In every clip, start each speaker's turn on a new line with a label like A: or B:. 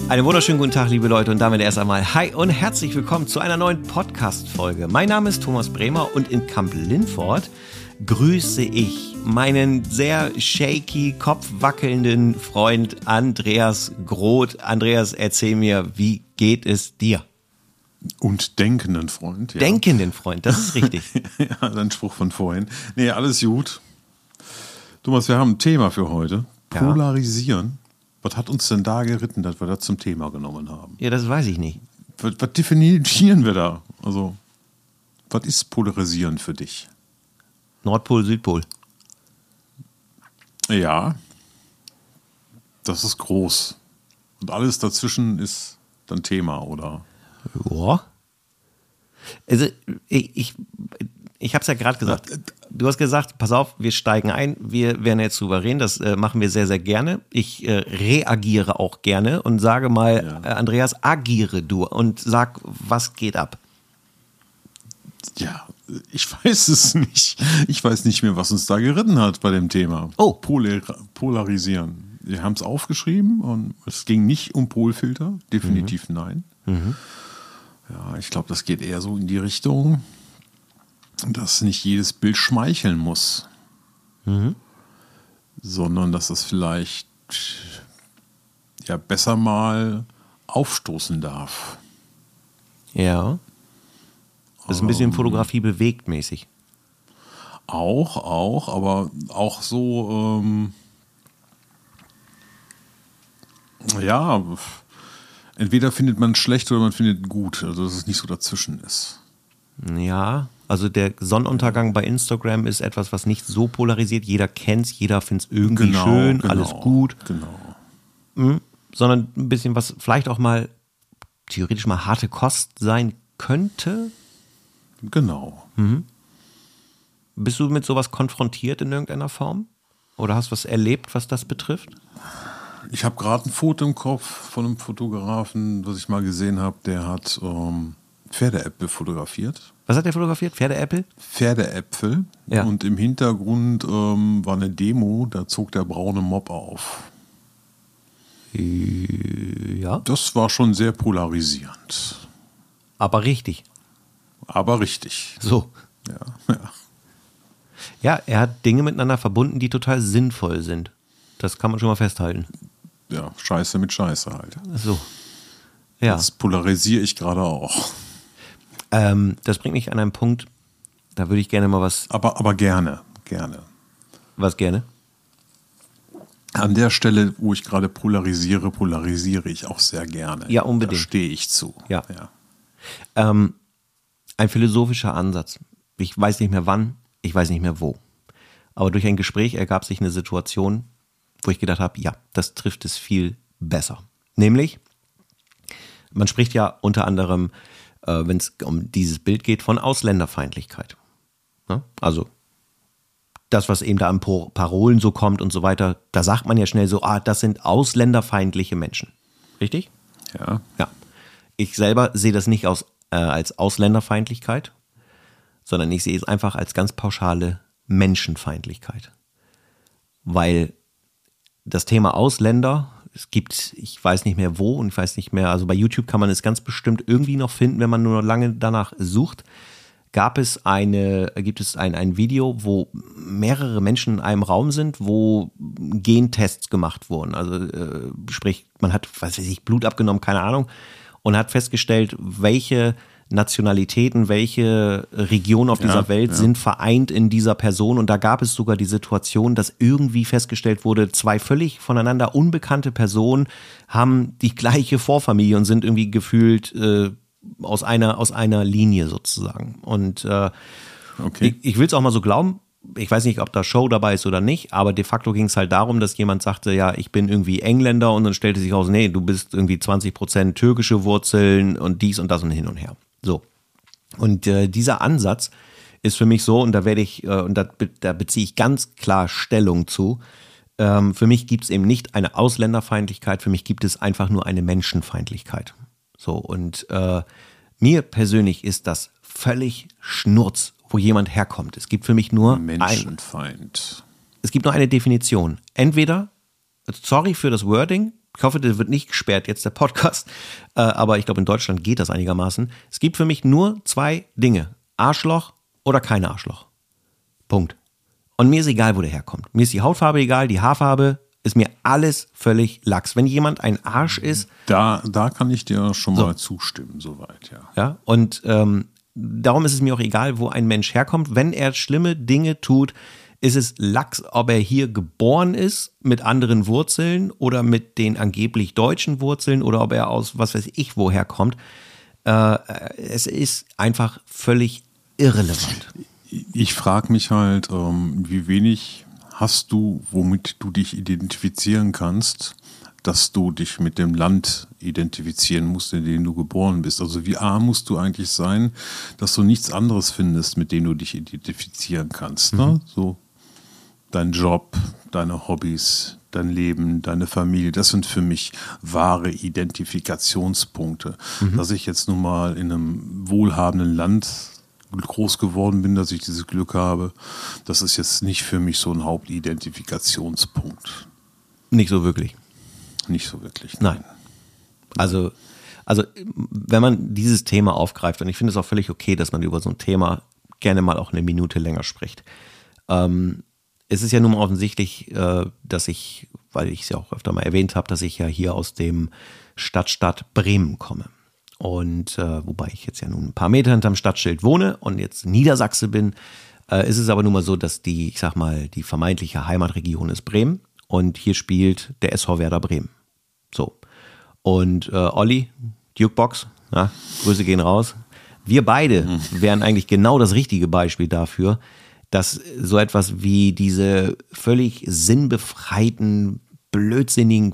A: Einen wunderschönen guten Tag, liebe Leute, und damit erst einmal hi und herzlich willkommen zu einer neuen Podcast-Folge. Mein Name ist Thomas Bremer und in Kamp-Lindfort grüße ich meinen sehr shaky, kopfwackelnden Freund Andreas Groth. Andreas, erzähl mir, wie geht es dir?
B: Und denkenden Freund. Ja.
A: Denkenden Freund, das ist richtig.
B: Ja, dein Spruch von vorhin. Nee, alles gut. Thomas, wir haben ein Thema für heute.
A: Ja.
B: Polarisieren. Was hat uns denn da geritten, dass wir das zum Thema genommen haben?
A: Ja, das weiß ich nicht.
B: Was definieren wir da? Also, was ist Polarisieren für dich?
A: Nordpol, Südpol.
B: Ja, das ist groß. Und alles dazwischen ist dann Thema, oder?
A: Ja. Also, ich habe es ja gerade gesagt. Du hast gesagt, pass auf, wir steigen ein, wir werden jetzt souverän, das machen wir sehr, sehr gerne. Ich reagiere auch gerne und sage mal, ja. Andreas, agiere du und sag, was geht ab?
B: Ja, ich weiß es nicht. Ich weiß nicht mehr, was uns da geritten hat bei dem Thema.
A: Oh.
B: Polarisieren. Wir haben es aufgeschrieben und es ging nicht um Polfilter, definitiv nein.
A: Mhm.
B: Ja, ich glaube, das geht eher so in die Richtung, dass nicht jedes Bild schmeicheln muss, sondern dass es vielleicht ja besser mal aufstoßen darf.
A: Ja. Das ist ein bisschen Fotografie bewegt mäßig.
B: Auch, aber auch so, ja, entweder findet man es schlecht oder man findet es gut, also dass es nicht so dazwischen ist.
A: Ja, also der Sonnenuntergang bei Instagram ist etwas, was nicht so polarisiert. Jeder kennt es, jeder findet es irgendwie schön, alles gut.
B: Genau.
A: Sondern ein bisschen was vielleicht auch mal theoretisch mal harte Kost sein könnte.
B: Genau.
A: Bist du mit sowas konfrontiert in irgendeiner Form? Oder hast du was erlebt, was das betrifft?
B: Ich habe gerade ein Foto im Kopf von einem Fotografen, was ich mal gesehen habe, der hat Pferdeäpfel fotografiert.
A: Was hat der fotografiert? Pferdeäpfel?
B: Pferdeäpfel.
A: Ja.
B: Und im Hintergrund war eine Demo, da zog der braune Mob auf.
A: Ja.
B: Das war schon sehr polarisierend.
A: Aber richtig.
B: Aber richtig.
A: So.
B: Ja.
A: Ja, er hat Dinge miteinander verbunden, die total sinnvoll sind. Das kann man schon mal festhalten.
B: Ja, Scheiße mit Scheiße halt.
A: So. Ja.
B: Das polarisiere ich gerade auch.
A: Das bringt mich an einen Punkt, da würde ich gerne mal was...
B: Aber gerne.
A: Was gerne?
B: An der Stelle, wo ich gerade polarisiere ich auch sehr gerne.
A: Ja, unbedingt.
B: Da stehe ich zu.
A: Ja. Ein philosophischer Ansatz. Ich weiß nicht mehr wann, ich weiß nicht mehr wo. Aber durch ein Gespräch ergab sich eine Situation, wo ich gedacht habe, ja, das trifft es viel besser. Nämlich, man spricht ja unter anderem, wenn es um dieses Bild geht, von Ausländerfeindlichkeit. Ne? Also das, was eben da an Parolen so kommt und so weiter, da sagt man ja schnell so, das sind ausländerfeindliche Menschen. Richtig?
B: Ja.
A: Ja. Ich selber sehe das nicht als Ausländerfeindlichkeit, sondern ich sehe es einfach als ganz pauschale Menschenfeindlichkeit. Weil das Thema Ausländer, es gibt, ich weiß nicht mehr wo und ich weiß nicht mehr, also bei YouTube kann man es ganz bestimmt irgendwie noch finden, wenn man nur noch lange danach sucht, gibt es ein Video, wo mehrere Menschen in einem Raum sind, wo Gentests gemacht wurden. Also sprich, man hat, was weiß ich, Blut abgenommen, keine Ahnung, und hat festgestellt, welche Nationalitäten, welche Regionen auf dieser Welt sind vereint in dieser Person. Und da gab es sogar die Situation, dass irgendwie festgestellt wurde, zwei völlig voneinander unbekannte Personen haben die gleiche Vorfamilie und sind irgendwie gefühlt aus einer Linie sozusagen. Und
B: okay.
A: Ich will es auch mal so glauben. Ich weiß nicht, ob da Show dabei ist oder nicht, aber de facto ging es halt darum, dass jemand sagte, ja, ich bin irgendwie Engländer, und dann stellte sich raus, nee, du bist irgendwie 20% türkische Wurzeln und dies und das und hin und her. So. Und dieser Ansatz ist für mich so, und da werde ich, und da beziehe ich ganz klar Stellung zu, für mich gibt es eben nicht eine Ausländerfeindlichkeit, für mich gibt es einfach nur eine Menschenfeindlichkeit. So, und mir persönlich ist das völlig Schnurz, wo jemand herkommt. Es gibt für mich nur
B: Menschenfeind.
A: Es gibt nur eine Definition. Entweder, sorry für das Wording, Ich hoffe, der wird nicht gesperrt, jetzt der Podcast. Aber ich glaube, in Deutschland geht das einigermaßen. Es gibt für mich nur 2 Dinge. Arschloch oder kein Arschloch. Punkt. Und mir ist egal, wo der herkommt. Mir ist die Hautfarbe egal, die Haarfarbe, ist mir alles völlig Lachs. Wenn jemand ein Arsch ist.
B: Da kann ich dir schon mal zustimmen, soweit, ja.
A: Ja, und darum ist es mir auch egal, wo ein Mensch herkommt. Wenn er schlimme Dinge tut, ist es Lachs, ob er hier geboren ist mit anderen Wurzeln oder mit den angeblich deutschen Wurzeln oder ob er aus was weiß ich woher kommt. Es ist einfach völlig irrelevant.
B: Ich frage mich halt, wie wenig hast du, womit du dich identifizieren kannst, dass du dich mit dem Land identifizieren musst, in dem du geboren bist. Also wie arm musst du eigentlich sein, dass du nichts anderes findest, mit dem du dich identifizieren kannst. Ne? So dein Job, deine Hobbys, dein Leben, deine Familie, das sind für mich wahre Identifikationspunkte. Dass ich jetzt nun mal in einem wohlhabenden Land groß geworden bin, dass ich dieses Glück habe, das ist jetzt nicht für mich so ein Hauptidentifiktionspunkt.
A: Nicht so wirklich.
B: Nicht so wirklich.
A: Nein. Also wenn man dieses Thema aufgreift, und ich finde es auch völlig okay, dass man über so ein Thema gerne mal auch eine Minute länger spricht. Es ist ja nun mal offensichtlich, dass ich, weil ich es ja auch öfter mal erwähnt habe, dass ich ja hier aus dem Stadtstaat Bremen komme. Und wobei ich jetzt ja nun ein paar Meter hinterm Stadtschild wohne und jetzt Niedersachse bin, ist es aber nun mal so, dass die vermeintliche Heimatregion ist Bremen und hier spielt der SV Werder Bremen. So. Und Olli, Dukebox, na, Grüße gehen raus. Wir beide wären eigentlich genau das richtige Beispiel dafür, dass so etwas wie diese völlig sinnbefreiten, blödsinnigen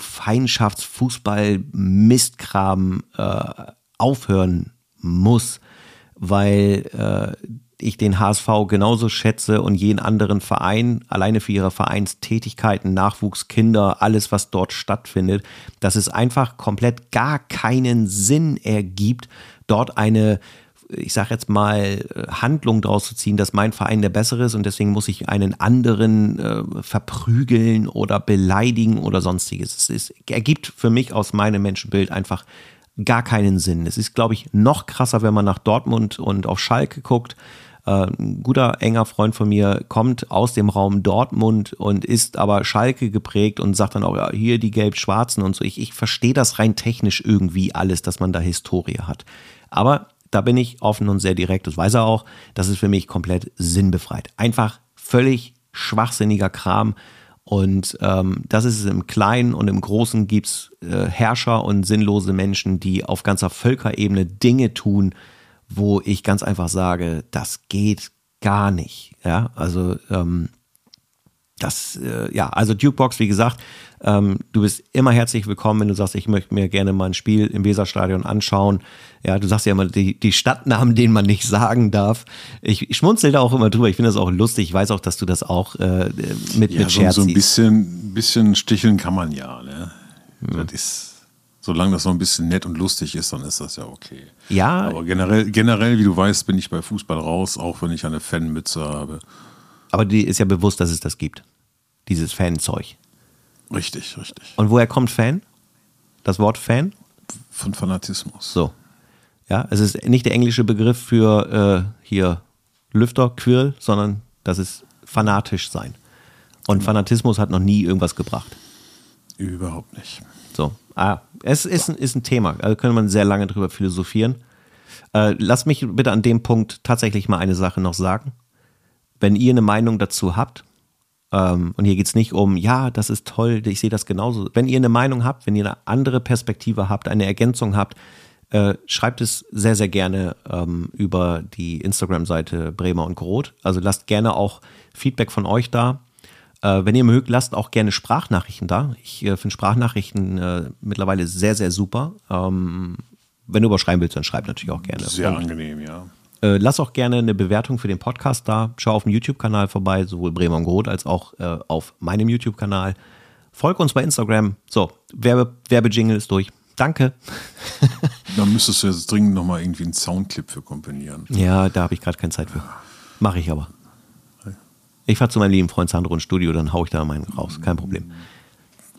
A: Feindschaftsfußball-Mistkram aufhören muss, weil ich den HSV genauso schätze und jeden anderen Verein, alleine für ihre Vereinstätigkeiten, Nachwuchs, Kinder, alles, was dort stattfindet, dass es einfach komplett gar keinen Sinn ergibt, dort eine, ich sag jetzt mal, Handlung draus zu ziehen, dass mein Verein der bessere ist und deswegen muss ich einen anderen verprügeln oder beleidigen oder sonstiges. Es ergibt für mich aus meinem Menschenbild einfach gar keinen Sinn. Es ist, glaube ich, noch krasser, wenn man nach Dortmund und auf Schalke guckt. Ein guter, enger Freund von mir kommt aus dem Raum Dortmund und ist aber Schalke geprägt und sagt dann auch, ja, hier die Gelb-Schwarzen und so. Ich verstehe das rein technisch irgendwie alles, dass man da Historie hat. Aber da bin ich offen und sehr direkt, das weiß er auch, das ist für mich komplett sinnbefreit. Einfach völlig schwachsinniger Kram. Und das ist es im Kleinen und im Großen gibt es Herrscher und sinnlose Menschen, die auf ganzer Völkerebene Dinge tun, wo ich ganz einfach sage, das geht gar nicht. Ja, also also Dukebox, wie gesagt, du bist immer herzlich willkommen, wenn du sagst, ich möchte mir gerne mal ein Spiel im Weserstadion anschauen. Ja, du sagst ja immer die Stadtnamen, denen man nicht sagen darf. Ich schmunzel da auch immer drüber. Ich finde das auch lustig. Ich weiß auch, dass du das auch mit Scherz
B: so ein bisschen sticheln kann man ja. Ne? Das ist, solange das noch ein bisschen nett und lustig ist, dann ist das ja okay.
A: Ja.
B: Aber generell, wie du weißt, bin ich bei Fußball raus, auch wenn ich eine Fanmütze habe.
A: Aber dir ist ja bewusst, dass es das gibt. Dieses Fanzeug.
B: Richtig.
A: Und woher kommt Fan? Das Wort Fan?
B: Von Fanatismus.
A: So. Ja, es ist nicht der englische Begriff für hier Lüfter, Quirl, sondern das ist fanatisch sein. Und Fanatismus hat noch nie irgendwas gebracht.
B: Überhaupt nicht.
A: So. Es ist ein Thema. Also könnte man sehr lange drüber philosophieren. Lasst mich bitte an dem Punkt tatsächlich mal eine Sache noch sagen. Wenn ihr eine Meinung dazu habt, und hier geht es nicht um, ja, das ist toll, ich sehe das genauso. Wenn ihr eine Meinung habt, wenn ihr eine andere Perspektive habt, eine Ergänzung habt, schreibt es sehr, sehr gerne über die Instagram-Seite Bremer und Groth. Also lasst gerne auch Feedback von euch da. Wenn ihr mögt, lasst auch gerne Sprachnachrichten da. Ich finde Sprachnachrichten mittlerweile sehr, sehr super. Wenn du überschreiben willst, dann schreib natürlich auch gerne.
B: Sehr angenehm, ja.
A: Lass auch gerne eine Bewertung für den Podcast da. Schau auf dem YouTube-Kanal vorbei, sowohl Bremer und Groth als auch auf meinem YouTube-Kanal. Folge uns bei Instagram. So, Werbejingle ist durch. Danke.
B: Da müsstest du jetzt dringend nochmal irgendwie einen Soundclip für komponieren.
A: Ja, da habe ich gerade keine Zeit für. Mache ich aber. Ich fahre zu meinem lieben Freund Sandro ins Studio, dann haue ich da meinen raus. Kein Problem.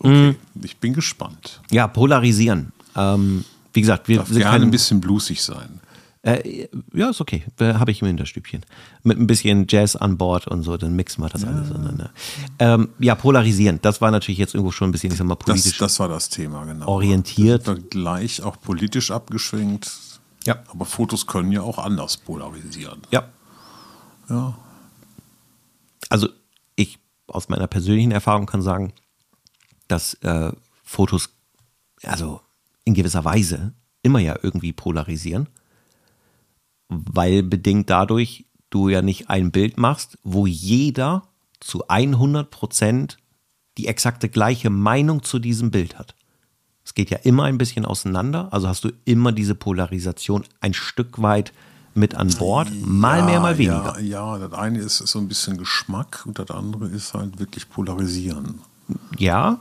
B: Okay, ich bin gespannt.
A: Ja, polarisieren. Wie gesagt, wir
B: Darf
A: sind
B: gerne ein bisschen bluesig sein.
A: Ja, ist okay. Habe ich im Hinterstübchen. Mit ein bisschen Jazz an Bord und so, dann mixen wir das alles untereinander. Ja, polarisieren. Das war natürlich jetzt irgendwo schon ein bisschen, ich sag mal, politisch
B: Das war das Thema, genau.
A: orientiert.
B: Das wird gleich auch politisch abgeschwenkt.
A: Ja.
B: Aber Fotos können ja auch anders polarisieren.
A: Ja.
B: Ja.
A: Also ich aus meiner persönlichen Erfahrung kann sagen, dass Fotos also in gewisser Weise immer ja irgendwie polarisieren, weil bedingt dadurch du ja nicht ein Bild machst, wo jeder zu 100% die exakte gleiche Meinung zu diesem Bild hat. Es geht ja immer ein bisschen auseinander, also hast du immer diese Polarisation ein Stück weit mit an Bord, mal mehr, mal weniger.
B: Ja, das eine ist so ein bisschen Geschmack und das andere ist halt wirklich polarisieren.
A: Ja.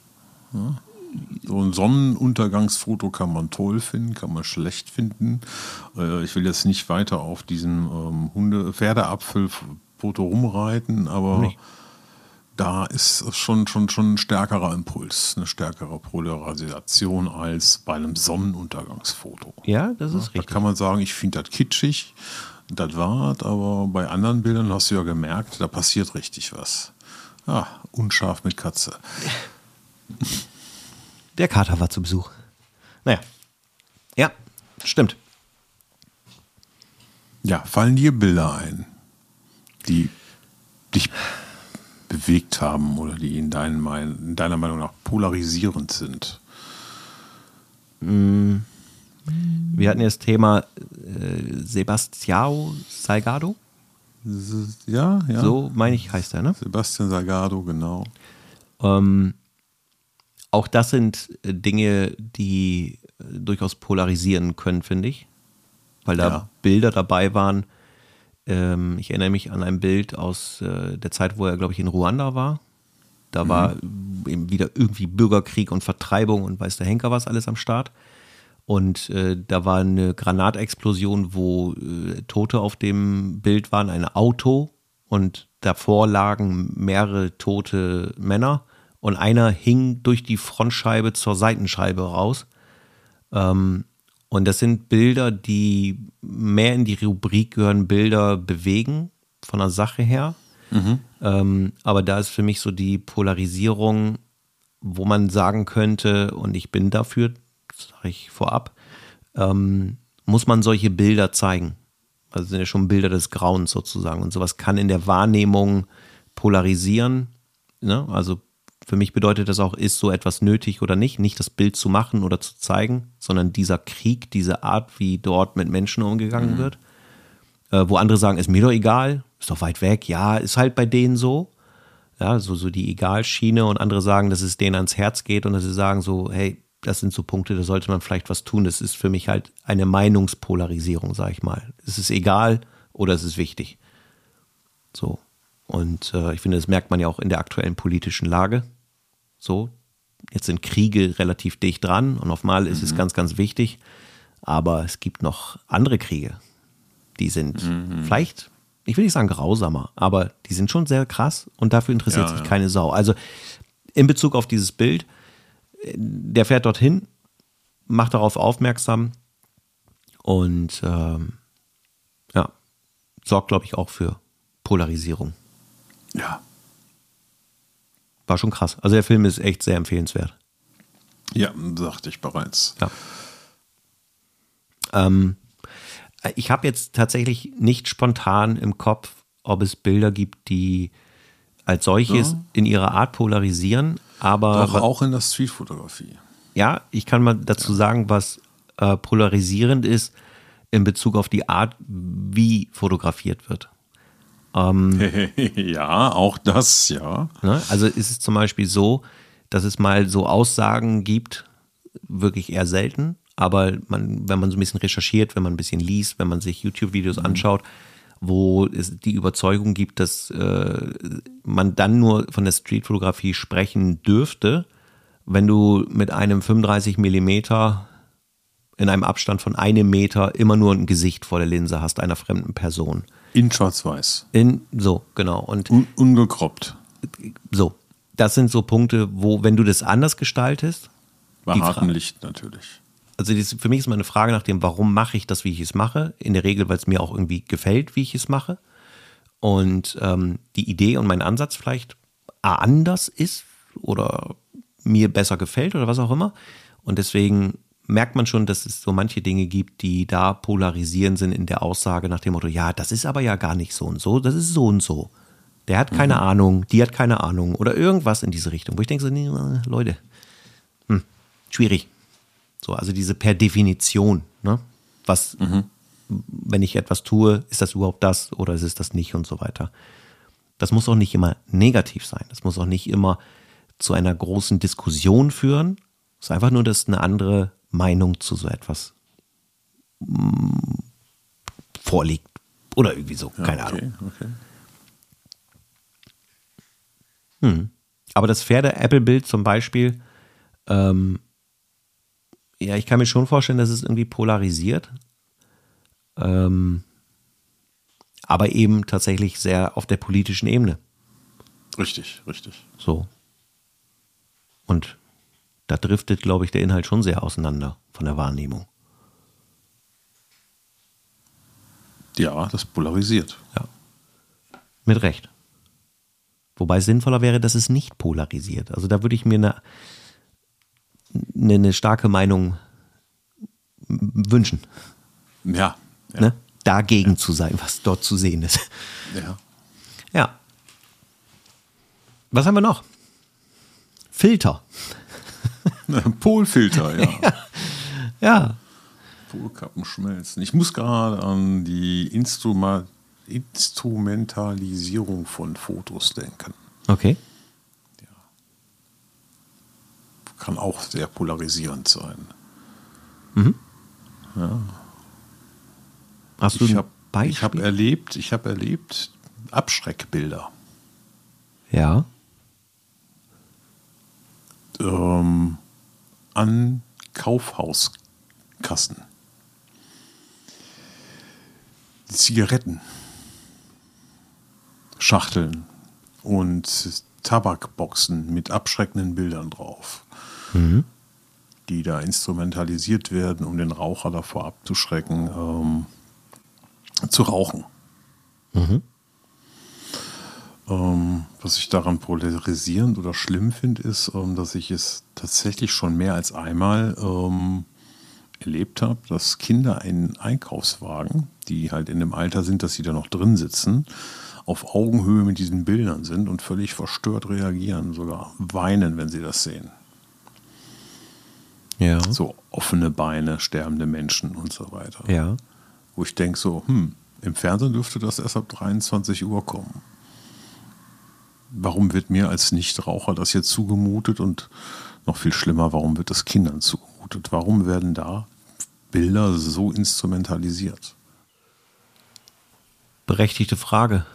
B: So ein Sonnenuntergangsfoto kann man toll finden, kann man schlecht finden. Ich will jetzt nicht weiter auf diesem Pferdeapfelfoto rumreiten, aber
A: Nee.
B: da ist schon ein stärkerer Impuls, eine stärkere Polarisation als bei einem Sonnenuntergangsfoto.
A: Ja, das ist
B: Da
A: richtig.
B: kann man sagen, ich finde das kitschig, das war's, aber bei anderen Bildern hast du ja gemerkt, da passiert richtig was. Unscharf mit Katze.
A: Der Kater war zu Besuch. Naja. Ja, stimmt.
B: Ja, fallen dir Bilder ein, die dich bewegt haben oder die in deiner Meinung nach polarisierend sind?
A: Wir hatten ja das Thema Sebastião Salgado.
B: Ja.
A: So, meine ich, heißt er, ne?
B: Sebastian Salgado, genau.
A: Auch das sind Dinge, die durchaus polarisieren können, finde ich. Weil da
B: Ja.
A: Bilder dabei waren. Ich erinnere mich an ein Bild aus der Zeit, wo er, glaube ich, in Ruanda war. Da war eben wieder irgendwie Bürgerkrieg und Vertreibung und weiß der Henker was alles am Start. Und da war eine Granatexplosion, wo Tote auf dem Bild waren, ein Auto. Und davor lagen mehrere tote Männer. Und einer hing durch die Frontscheibe zur Seitenscheibe raus. Und das sind Bilder, die mehr in die Rubrik gehören, Bilder bewegen, von der Sache her. Aber da ist für mich so die Polarisierung, wo man sagen könnte, und ich bin dafür, das sage ich vorab, muss man solche Bilder zeigen. Also sind ja schon Bilder des Grauens sozusagen. Und sowas kann in der Wahrnehmung polarisieren. Ne? Also für mich bedeutet das auch, ist so etwas nötig oder nicht? Nicht das Bild zu machen oder zu zeigen, sondern dieser Krieg, diese Art, wie dort mit Menschen umgegangen wird. Wo andere sagen, ist mir doch egal, ist doch weit weg. Ja, ist halt bei denen so. Ja, so die Egalschiene, und andere sagen, dass es denen ans Herz geht und dass sie sagen so, hey, das sind so Punkte, da sollte man vielleicht was tun. Das ist für mich halt eine Meinungspolarisierung, sag ich mal. Ist es egal oder ist es wichtig? So. Und ich finde, das merkt man ja auch in der aktuellen politischen Lage. So, jetzt sind Kriege relativ dicht dran und auf Mal ist es ganz, ganz wichtig. Aber es gibt noch andere Kriege, die sind vielleicht, ich will nicht sagen grausamer, aber die sind schon sehr krass und dafür interessiert sich keine Sau. Also in Bezug auf dieses Bild, der fährt dorthin, macht darauf aufmerksam und sorgt, glaube ich, auch für Polarisierung.
B: Ja.
A: War schon krass. Also der Film ist echt sehr empfehlenswert.
B: Ja, sagte ich bereits.
A: Ja. Ich habe jetzt tatsächlich nicht spontan im Kopf, ob es Bilder gibt, die als solches in ihrer Art polarisieren, aber
B: Doch auch in der Streetfotografie.
A: ja, ich kann mal dazu sagen, was polarisierend ist in Bezug auf die Art, wie fotografiert wird.
B: Ja, auch das, ja.
A: Ne? Also ist es zum Beispiel so, dass es mal so Aussagen gibt, wirklich eher selten, aber wenn man so ein bisschen recherchiert, wenn man ein bisschen liest, wenn man sich YouTube-Videos anschaut, wo es die Überzeugung gibt, dass man dann nur von der Streetfotografie sprechen dürfte, wenn du mit einem 35 Millimeter in einem Abstand von 1 Meter immer nur ein Gesicht vor der Linse hast, einer fremden Person.
B: In Schwarz-Weiß.
A: So, genau. Und
B: Ungekroppt.
A: so. das sind so Punkte, wo, wenn du das anders gestaltest,
B: Bei hartem Licht natürlich.
A: also für mich ist immer eine Frage nach dem, warum mache ich das, wie ich es mache. In der Regel, weil es mir auch irgendwie gefällt, wie ich es mache. Und die Idee und mein Ansatz vielleicht anders ist oder mir besser gefällt oder was auch immer. Und deswegen merkt man schon, dass es so manche Dinge gibt, die da polarisieren sind in der Aussage nach dem Motto, ja, das ist aber ja gar nicht so und so, das ist so und so. Der hat keine Ahnung, die hat keine Ahnung oder irgendwas in diese Richtung. Wo ich denke so, nee, Leute, schwierig. So, also diese per Definition, ne? Was, wenn ich etwas tue, ist das überhaupt das oder ist es das nicht und so weiter. Das muss auch nicht immer negativ sein. Das muss auch nicht immer zu einer großen Diskussion führen. Es ist einfach nur, dass eine andere Meinung zu so etwas vorliegt. Oder irgendwie so, keine Ahnung.
B: Okay.
A: Aber das Pferde-Apple-Bild zum Beispiel, ja, ich kann mir schon vorstellen, dass es irgendwie polarisiert. Aber eben tatsächlich sehr auf der politischen Ebene.
B: Richtig.
A: So. Und da driftet, glaube ich, der Inhalt schon sehr auseinander von der Wahrnehmung.
B: Ja, das polarisiert.
A: Ja. Mit Recht. Wobei es sinnvoller wäre, dass es nicht polarisiert. Also da würde ich mir eine starke Meinung wünschen.
B: Ja.
A: Ne? Dagegen zu sein, was dort zu sehen ist. Ja. Was haben wir noch? Filter.
B: Polfilter, ja.
A: Ja.
B: Polkappen schmelzen. Ich muss gerade an die Instrumentalisierung von Fotos denken.
A: Okay.
B: Kann auch sehr polarisierend sein. Ja.
A: Hast du ein Beispiel?
B: Ich habe erlebt Abschreckbilder.
A: Ja.
B: An Kaufhauskassen. Die Zigaretten, Schachteln und Tabakboxen mit abschreckenden Bildern drauf, die da instrumentalisiert werden, um den Raucher davor abzuschrecken, zu rauchen. Was ich daran polarisierend oder schlimm finde, ist, dass ich es tatsächlich schon mehr als einmal erlebt habe, dass Kinder in Einkaufswagen, die halt in dem Alter sind, dass sie da noch drin sitzen, auf Augenhöhe mit diesen Bildern sind und völlig verstört reagieren, sogar weinen, wenn sie das sehen.
A: Ja.
B: So offene Beine, sterbende Menschen und so weiter.
A: Ja.
B: Wo ich denke so, im Fernsehen dürfte das erst ab 23 Uhr kommen. Warum wird mir als Nichtraucher das jetzt zugemutet und noch viel schlimmer, warum wird das Kindern zugemutet? Warum werden da Bilder so instrumentalisiert?
A: Berechtigte Frage.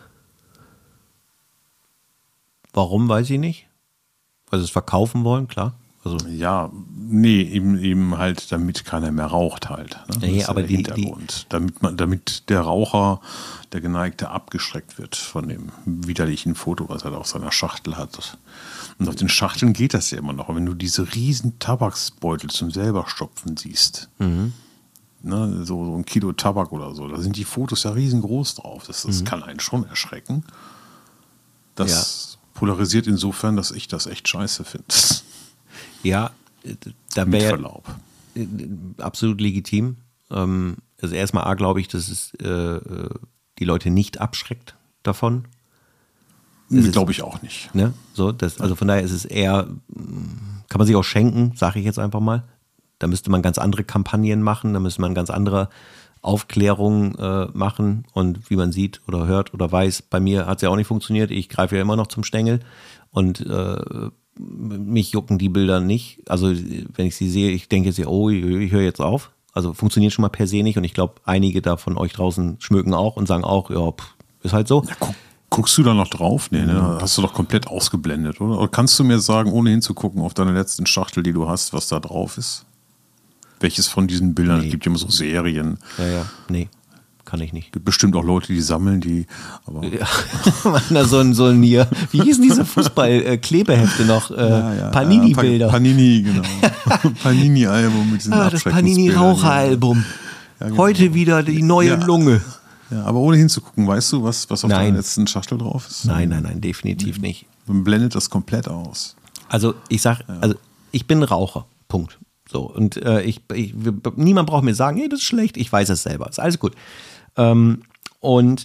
A: Warum, weiß ich nicht. Weil sie es verkaufen wollen, klar. Also
B: ja, nee, eben halt, damit keiner mehr raucht halt. Ne?
A: Nee, aber
B: der Hintergrund. Damit der Raucher, der Geneigte, abgeschreckt wird von dem widerlichen Foto, was er da auf seiner Schachtel hat. Und auf den Schachteln geht das ja immer noch. Wenn du diese riesen Tabaksbeutel zum selber stopfen siehst, ne, so ein Kilo Tabak oder so, da sind die Fotos ja riesengroß drauf. Das kann einen schon erschrecken. Das polarisiert insofern, dass ich das echt scheiße finde.
A: ja, da
B: Mit
A: wäre
B: Verlaub.
A: absolut legitim. Also erstmal glaube ich, dass es die Leute nicht abschreckt davon.
B: Glaube ich auch nicht.
A: Ne? So, also von daher ist es eher, kann man sich auch schenken, sage ich jetzt einfach mal. Da müsste man ganz andere Kampagnen machen, da müsste man ganz andere Aufklärung machen. Und wie man sieht oder hört oder weiß, bei mir hat es ja auch nicht funktioniert. Ich greife ja immer noch zum Stängel und mich jucken die Bilder nicht. Also wenn ich sie sehe, ich denke jetzt, oh, ich höre jetzt auf. Also funktioniert schon mal per se nicht. Und ich glaube, einige da von euch draußen schmücken auch und sagen auch, ja, ist halt so.
B: Ja, guckst du da noch drauf? Nee, ne? Hast du doch komplett ausgeblendet, oder? Oder kannst du mir sagen, ohne hinzugucken auf deine letzten Schachtel, die du hast, was da drauf ist? Welches von diesen Bildern? Es gibt ja immer so Serien.
A: Ja, nee. kann ich nicht.
B: Gibt bestimmt auch Leute, die sammeln die. Aber
A: Ja, na, so ein hier, wie hießen diese Fußball-Klebehefte noch? Panini-Bilder.
B: Panini, genau. Panini-Album mit diesen
A: Das Panini-Raucher-Album.
B: Ja, genau.
A: Heute wieder die neue Lunge.
B: Ja, aber ohne hinzugucken, weißt du, was auf der letzten Schachtel drauf ist?
A: Nein, definitiv nicht.
B: Man blendet das komplett aus.
A: Also ich bin Raucher, Punkt. So, und niemand braucht mir sagen, hey, das ist schlecht, ich weiß es selber, ist alles gut. Und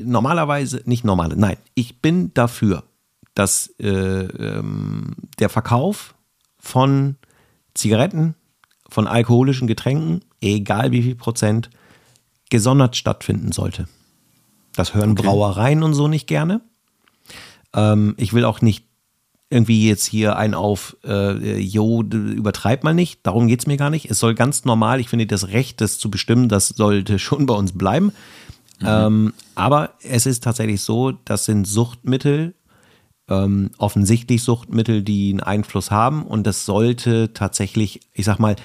A: ich bin dafür, dass der Verkauf von Zigaretten, von alkoholischen Getränken, egal wie viel Prozent, gesondert stattfinden sollte. Das hören Brauereien und so nicht gerne. Ich will auch nicht irgendwie jetzt hier übertreib mal nicht, darum geht es mir gar nicht. Es soll ganz normal, ich finde das Recht, das zu bestimmen, das sollte schon bei uns bleiben. Aber es ist tatsächlich so, das sind Suchtmittel, offensichtlich Suchtmittel, die einen Einfluss haben und das sollte tatsächlich, ich sag mal,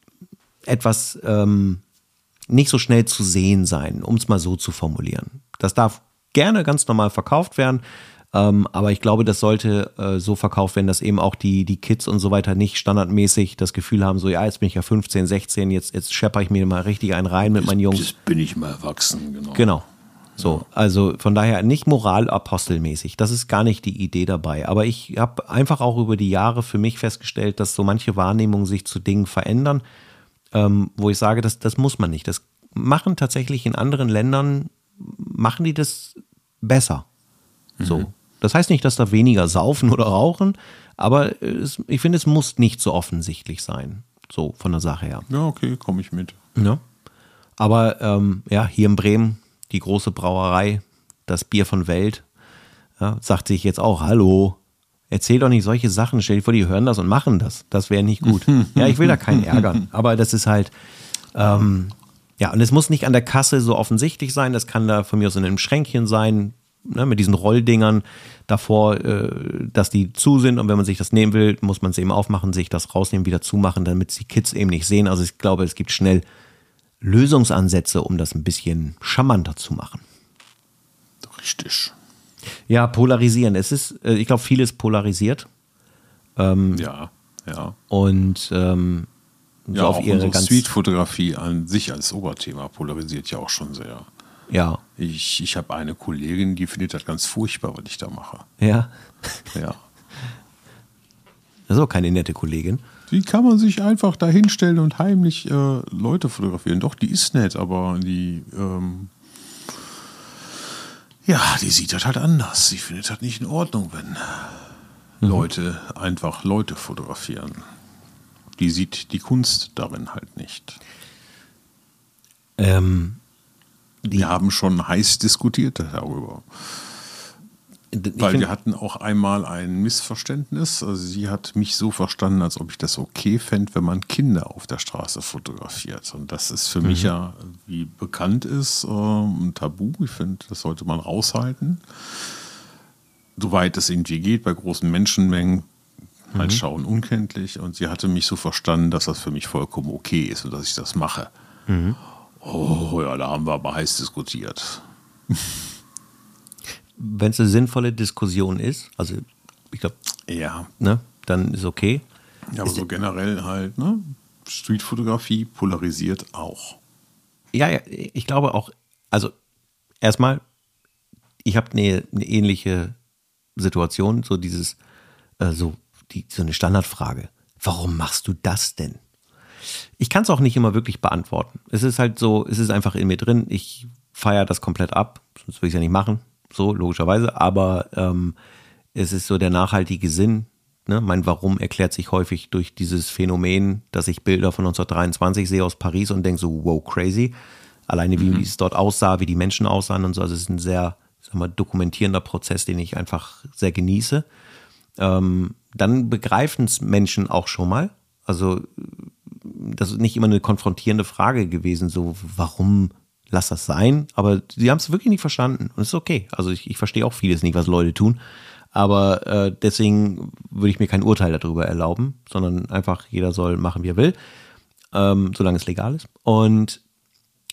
A: etwas nicht so schnell zu sehen sein, um es mal so zu formulieren. Das darf gerne ganz normal verkauft werden, aber ich glaube, das sollte so verkauft werden, dass eben auch die Kids und so weiter nicht standardmäßig das Gefühl haben, so ja, jetzt bin ich ja 15, 16, jetzt schepper ich mir mal richtig einen rein mit meinen Jungs.
B: Jetzt bin ich mal erwachsen, genau.
A: Genau. So, also von daher nicht moralapostelmäßig, das ist gar nicht die Idee dabei. Aber ich habe einfach auch über die Jahre für mich festgestellt, dass so manche Wahrnehmungen sich zu Dingen verändern, wo ich sage, das muss man nicht. Das machen tatsächlich in anderen Ländern, machen die das besser. So. Das heißt nicht, dass da weniger saufen oder rauchen, aber ich finde, es muss nicht so offensichtlich sein, so von der Sache her.
B: Ja, okay, komme ich mit.
A: Ja. Aber hier in Bremen, die große Brauerei, das Bier von Welt, sagt sich jetzt auch, hallo, erzähl doch nicht solche Sachen, stell dir vor, die hören das und machen das. Das wäre nicht gut. Ja, ich will da keinen ärgern, aber das ist halt, und es muss nicht an der Kasse so offensichtlich sein, das kann da von mir aus in einem Schränkchen sein, ne, mit diesen Rolldingern davor, dass die zu sind und wenn man sich das nehmen will, muss man es eben aufmachen, sich das rausnehmen, wieder zumachen, damit die Kids eben nicht sehen. Also ich glaube, es gibt schnell Lösungsansätze, um das ein bisschen charmanter zu machen.
B: Richtig.
A: Ja, polarisieren. Es ist, ich glaube, vieles polarisiert.
B: Ja.
A: Und so auf
B: auch
A: ihre
B: unsere Streetfotografie an sich als Oberthema polarisiert ja auch schon sehr.
A: Ja.
B: Ich habe eine Kollegin, die findet das ganz furchtbar, was ich da mache.
A: Ja.
B: Ja.
A: Das ist auch keine nette Kollegin.
B: Wie kann man sich einfach da hinstellen und heimlich Leute fotografieren? Doch, die ist nett, aber die sieht das halt anders. Sie findet das nicht in Ordnung, wenn Leute einfach Leute fotografieren. Die sieht die Kunst darin halt nicht. Wir haben schon heiß diskutiert darüber. Weil wir hatten auch einmal ein Missverständnis. Also sie hat mich so verstanden, als ob ich das okay fände, wenn man Kinder auf der Straße fotografiert. Und das ist für mich ja, wie bekannt ist, ein Tabu. Ich finde, das sollte man raushalten. Soweit es irgendwie geht, bei großen Menschenmengen, halt schauen unkenntlich. Und sie hatte mich so verstanden, dass das für mich vollkommen okay ist und dass ich das mache. Oh ja, da haben wir aber heiß diskutiert.
A: Wenn es eine sinnvolle Diskussion ist, also ich glaube, ne, dann ist okay.
B: Ja, aber so generell halt, ne? Streetfotografie polarisiert auch.
A: Ja, ich glaube auch, also erstmal, ich habe eine ähnliche Situation, so dieses, so eine Standardfrage. Warum machst du das denn? Ich kann es auch nicht immer wirklich beantworten. Es ist halt so, es ist einfach in mir drin. Ich feiere das komplett ab, sonst würde ich es ja nicht machen. So, logischerweise, aber es ist so der nachhaltige Sinn. Ne? Mein Warum erklärt sich häufig durch dieses Phänomen, dass ich Bilder von 1923 sehe aus Paris und denke so, wow, crazy. Alleine wie es dort aussah, wie die Menschen aussahen und so. Also es ist ein sehr, sag mal, dokumentierender Prozess, den ich einfach sehr genieße. Dann begreifen es Menschen auch schon mal. Also das ist nicht immer eine konfrontierende Frage gewesen, so warum lass das sein, aber sie haben es wirklich nicht verstanden und es ist okay. Also ich verstehe auch vieles nicht, was Leute tun, aber deswegen würde ich mir kein Urteil darüber erlauben, sondern einfach jeder soll machen, wie er will, solange es legal ist. Und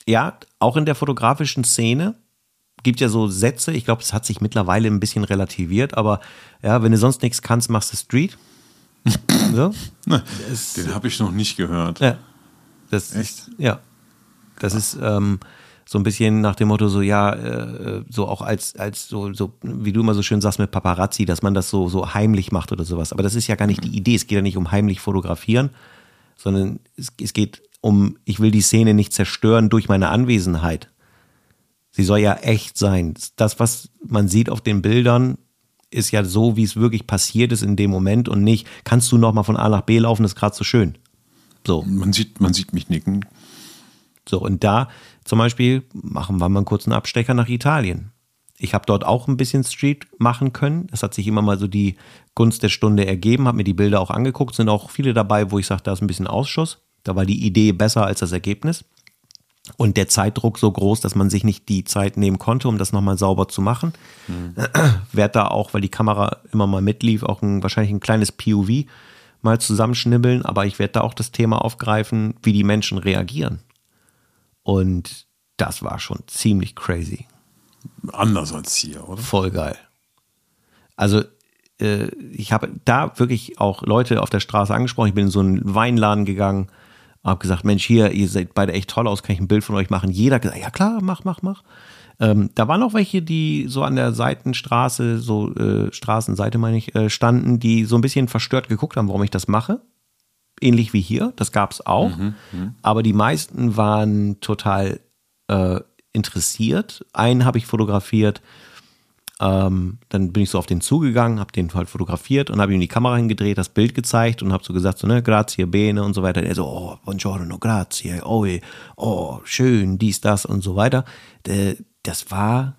A: ja, auch in der fotografischen Szene gibt ja so Sätze, ich glaube, es hat sich mittlerweile ein bisschen relativiert, aber ja, wenn du sonst nichts kannst, machst du Street. So.
B: Den habe ich noch nicht gehört.
A: Ja. Das
B: Echt?
A: Ja. Das ist so ein bisschen nach dem Motto, so ja, so auch als so, wie du immer so schön sagst mit Paparazzi, dass man das so heimlich macht oder sowas. Aber das ist ja gar nicht die Idee. Es geht ja nicht um heimlich fotografieren, sondern es geht um, ich will die Szene nicht zerstören durch meine Anwesenheit. Sie soll ja echt sein. Das, was man sieht auf den Bildern, ist ja so, wie es wirklich passiert ist in dem Moment und nicht, kannst du noch mal von A nach B laufen, das ist gerade so schön. So.
B: Man sieht mich nicken.
A: So, und da zum Beispiel machen wir mal einen kurzen Abstecher nach Italien. Ich habe dort auch ein bisschen Street machen können. Das hat sich immer mal so die Gunst der Stunde ergeben, habe mir die Bilder auch angeguckt, sind auch viele dabei, wo ich sage, da ist ein bisschen Ausschuss. Da war die Idee besser als das Ergebnis. Und der Zeitdruck so groß, dass man sich nicht die Zeit nehmen konnte, um das nochmal sauber zu machen. Werd da auch, weil die Kamera immer mal mitlief, auch wahrscheinlich ein kleines POV mal zusammenschnibbeln. Aber ich werde da auch das Thema aufgreifen, wie die Menschen reagieren. Und das war schon ziemlich crazy.
B: Anders als hier, oder?
A: Voll geil. Also ich habe da wirklich auch Leute auf der Straße angesprochen. Ich bin in so einen Weinladen gegangen, habe gesagt, Mensch, hier, ihr seht beide echt toll aus, kann ich ein Bild von euch machen? Jeder hat gesagt, ja klar, mach. Da waren auch welche, die so an der Seitenstraße, Straßenseite meine ich, standen, die so ein bisschen verstört geguckt haben, warum ich das mache. Ähnlich wie hier, das gab es auch. Aber die meisten waren total interessiert. Einen habe ich fotografiert, dann bin ich so auf den zugegangen, habe den halt fotografiert und habe ihm die Kamera hingedreht, das Bild gezeigt und habe so gesagt, so, ne, grazie, bene und so weiter. Er so, oh, buongiorno, grazie, oh, schön, dies, das und so weiter. Das war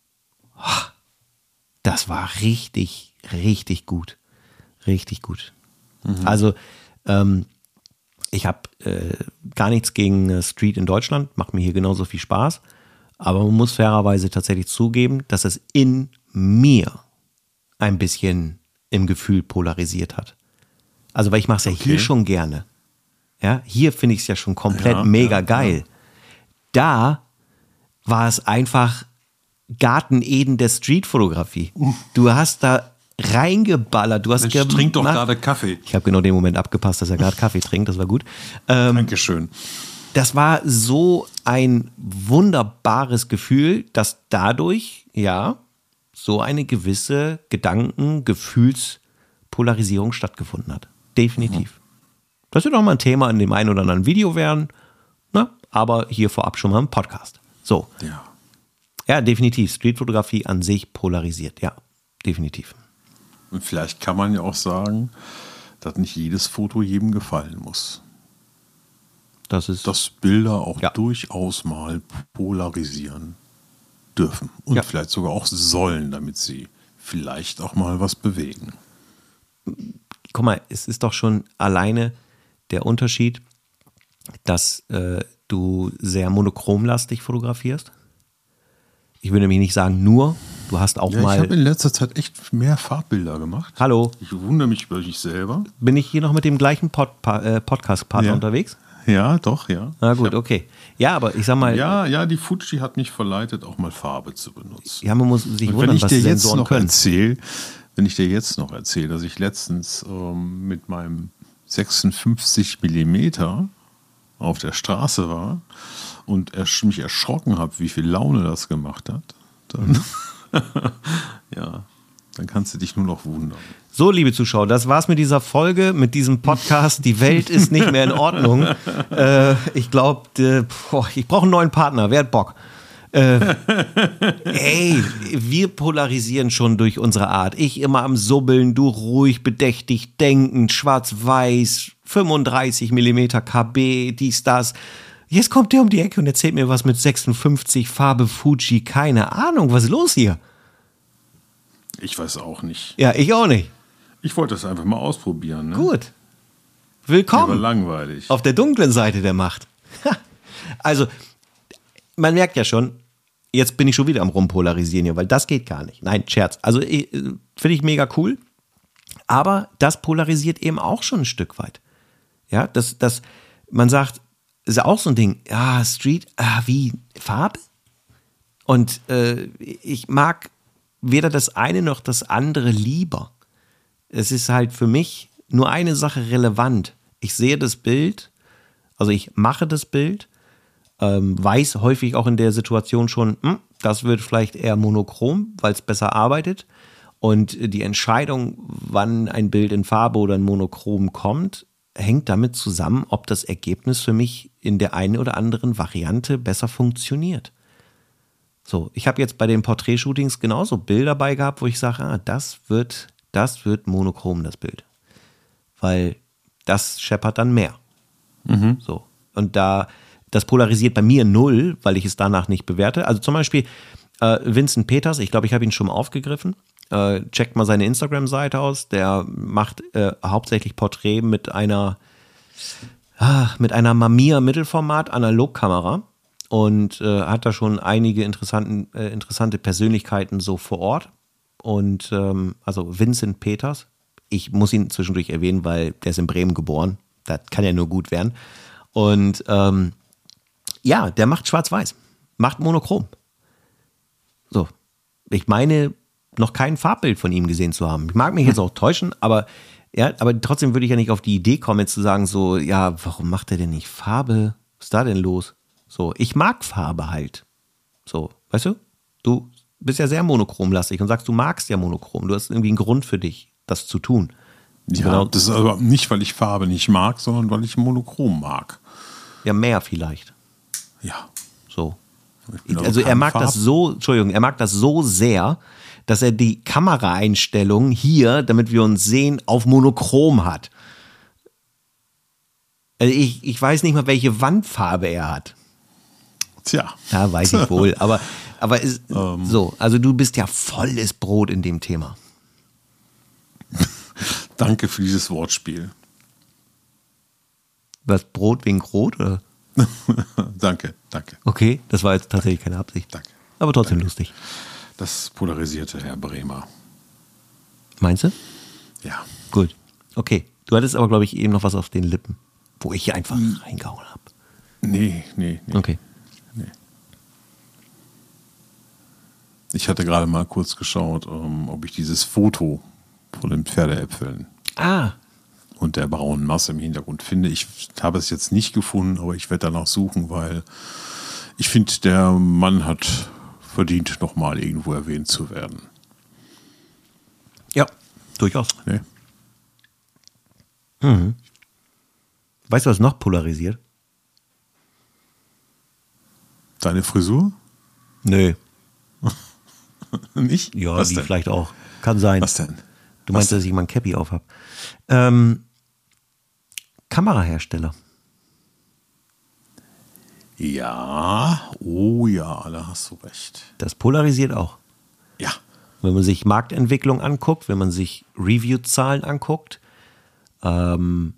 A: richtig, richtig gut. Richtig gut. Also, ich habe gar nichts gegen Street in Deutschland, macht mir hier genauso viel Spaß. Aber man muss fairerweise tatsächlich zugeben, dass es in mir ein bisschen im Gefühl polarisiert hat. Also, weil ich mache es ja hier schon gerne. Ja, hier finde ich es ja schon komplett mega geil. Da war es einfach Garten Eden der Street-Fotografie. Du hast da reingeballert. Du hast
B: Ich trinke doch gerade Kaffee.
A: Ich habe genau den Moment abgepasst, dass er gerade Kaffee trinkt. Das war gut.
B: Dankeschön.
A: Das war so ein wunderbares Gefühl, dass dadurch, ja, so eine gewisse Gefühlspolarisierung stattgefunden hat. Definitiv. Das wird auch mal ein Thema in dem einen oder anderen Video werden, ne? Aber hier vorab schon mal im Podcast. So. Ja, definitiv. Streetfotografie an sich polarisiert. Ja, definitiv.
B: Und vielleicht kann man ja auch sagen, dass nicht jedes Foto jedem gefallen muss. Dass Bilder auch durchaus mal polarisieren dürfen. Und vielleicht sogar auch sollen, damit sie vielleicht auch mal was bewegen.
A: Guck mal, es ist doch schon alleine der Unterschied, dass du sehr monochromlastig fotografierst. Ich würde nämlich nicht sagen nur, du hast auch mal...
B: Ich habe in letzter Zeit echt mehr Farbbilder gemacht.
A: Hallo.
B: Ich wundere mich über mich selber.
A: Bin ich hier noch mit dem gleichen Podcast-Partner unterwegs?
B: Ja, doch, ja.
A: Na gut, okay. Ja, aber ich sag mal...
B: Ja, die Fuji hat mich verleitet, auch mal Farbe zu benutzen.
A: Ja, man muss sich wundern, was Sensoren können.
B: Wenn ich dir jetzt noch erzähle, dass ich letztens mit meinem 56 Millimeter auf der Straße war und mich erschrocken habe, wie viel Laune das gemacht hat, dann, dann kannst du dich nur noch wundern.
A: So, liebe Zuschauer, das war's mit dieser Folge, mit diesem Podcast. Die Welt ist nicht mehr in Ordnung. Ich glaube, ich brauche einen neuen Partner. Wer hat Bock? Ey, wir polarisieren schon durch unsere Art. Ich immer am Subbeln, du ruhig, bedächtig, denkend, schwarz-weiß, 35 mm KB, dies, das. Jetzt kommt der um die Ecke und erzählt mir was mit 56, Farbe Fuji, keine Ahnung, was ist los hier?
B: Ich weiß auch nicht.
A: Ja, ich auch nicht.
B: Ich wollte das einfach mal ausprobieren. Ne?
A: Gut. Willkommen.
B: Aber langweilig.
A: Auf der dunklen Seite der Macht. Also, man merkt ja schon, jetzt bin ich schon wieder am Rumpolarisieren hier, weil das geht gar nicht. Nein, Scherz. Also, finde ich mega cool. Aber das polarisiert eben auch schon ein Stück weit. Ja, dass man sagt, ist ja auch so ein Ding. Ja, Street, wie Farbe? Und ich mag weder das eine noch das andere lieber. Es ist halt für mich nur eine Sache relevant. Ich sehe das Bild, also ich mache das Bild, weiß häufig auch in der Situation schon, das wird vielleicht eher monochrom, weil es besser arbeitet. Und die Entscheidung, wann ein Bild in Farbe oder in Monochrom kommt, hängt damit zusammen, ob das Ergebnis für mich in der einen oder anderen Variante besser funktioniert. So, ich habe jetzt bei den Porträtshootings genauso Bilder dabei gehabt, wo ich sage, das wird monochrom, das Bild. Weil das scheppert dann mehr. So. Und das polarisiert bei mir null, weil ich es danach nicht bewerte. Also zum Beispiel Vincent Peters, ich glaube, ich habe ihn schon mal aufgegriffen. Checkt mal seine Instagram-Seite aus. Der macht hauptsächlich Porträt mit einer Mamiya Mittelformat Analogkamera und hat da schon einige interessante Persönlichkeiten so vor Ort. Und also Vincent Peters, ich muss ihn zwischendurch erwähnen, weil der ist in Bremen geboren. Das kann ja nur gut werden. Und ja, der macht schwarz-weiß, macht monochrom. So, ich meine, noch kein Farbbild von ihm gesehen zu haben. Ich mag mich jetzt auch täuschen, aber trotzdem würde ich ja nicht auf die Idee kommen, jetzt zu sagen, so, ja, warum macht er denn nicht Farbe? Was ist da denn los? So, ich mag Farbe halt. So, weißt du? Du bist ja sehr monochromlastig und sagst, du magst ja monochrom. Du hast irgendwie einen Grund für dich, das zu tun.
B: Ja, genau. Das ist aber nicht, weil ich Farbe nicht mag, sondern weil ich monochrom mag.
A: Ja, mehr vielleicht.
B: Ja.
A: So. Also er mag das so sehr, dass er die Kameraeinstellung hier, damit wir uns sehen, auf monochrom hat. Also ich weiß nicht mal, welche Wandfarbe er hat.
B: Tja.
A: Ja, weiß ich wohl. Aber so, also du bist ja volles Brot in dem Thema.
B: Danke für dieses Wortspiel.
A: Was, Brot wegen Rot, oder?
B: Danke.
A: Okay, das war jetzt tatsächlich keine Absicht.
B: Danke.
A: Aber trotzdem lustig.
B: Das polarisierte Herr Bremer.
A: Meinst du?
B: Ja.
A: Gut. Okay. Du hattest aber, glaube ich, eben noch was auf den Lippen, wo ich hier einfach reingehauen habe.
B: Nee.
A: Okay.
B: Nee. Ich hatte gerade mal kurz geschaut, ob ich dieses Foto von den Pferdeäpfeln und der braunen Masse im Hintergrund finde. Ich habe es jetzt nicht gefunden, aber ich werde danach suchen, weil ich finde, der Mann hat verdient, nochmal irgendwo erwähnt zu werden.
A: Ja, durchaus.
B: Nee.
A: Weißt du, was noch polarisiert?
B: Deine Frisur?
A: Nö.
B: Nicht?
A: Ja,
B: was
A: die
B: denn?
A: vielleicht auch. Kann sein.
B: Was denn?
A: Du meinst, dass ich mal ein Cappy auf habe. Kamerahersteller.
B: Ja, oh ja, da hast du recht.
A: Das polarisiert auch.
B: Ja.
A: Wenn man sich Marktentwicklung anguckt, wenn man sich Review-Zahlen anguckt, dann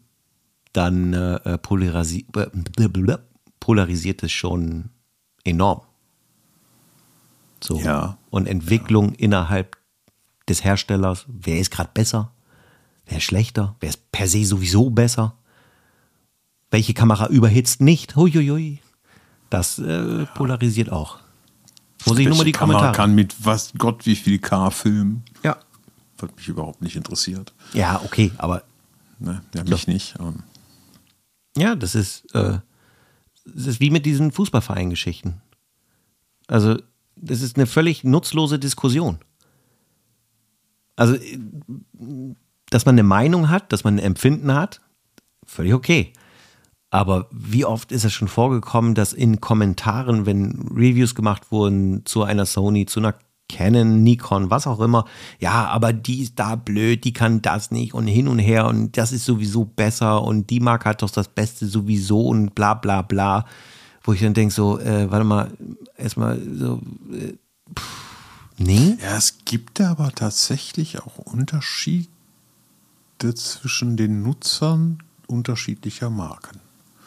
A: polarisiert es schon enorm. So.
B: Ja.
A: Und Entwicklung innerhalb des Herstellers, wer ist gerade besser, wer ist schlechter, wer ist per se sowieso besser, welche Kamera überhitzt nicht, huiuiui. Das polarisiert auch. Muss ich nur mal die Kommentare.
B: Kann mit was Gott wie viel K filmen.
A: Ja.
B: Hat mich überhaupt nicht interessiert.
A: Ja, okay, aber
B: Ne, der mich nicht.
A: ja, das ist wie mit diesen Fußballverein-Geschichten. Also, das ist eine völlig nutzlose Diskussion. Also, dass man eine Meinung hat, dass man ein Empfinden hat, völlig okay. Aber wie oft ist es schon vorgekommen, dass in Kommentaren, wenn Reviews gemacht wurden zu einer Sony, zu einer Canon, Nikon, was auch immer, ja, aber die ist da blöd, die kann das nicht und hin und her und das ist sowieso besser und die Marke hat doch das Beste sowieso und bla bla bla. Wo ich dann denke so, warte mal, erstmal so, nee?
B: Ja, es gibt aber tatsächlich auch Unterschiede zwischen den Nutzern unterschiedlicher Marken.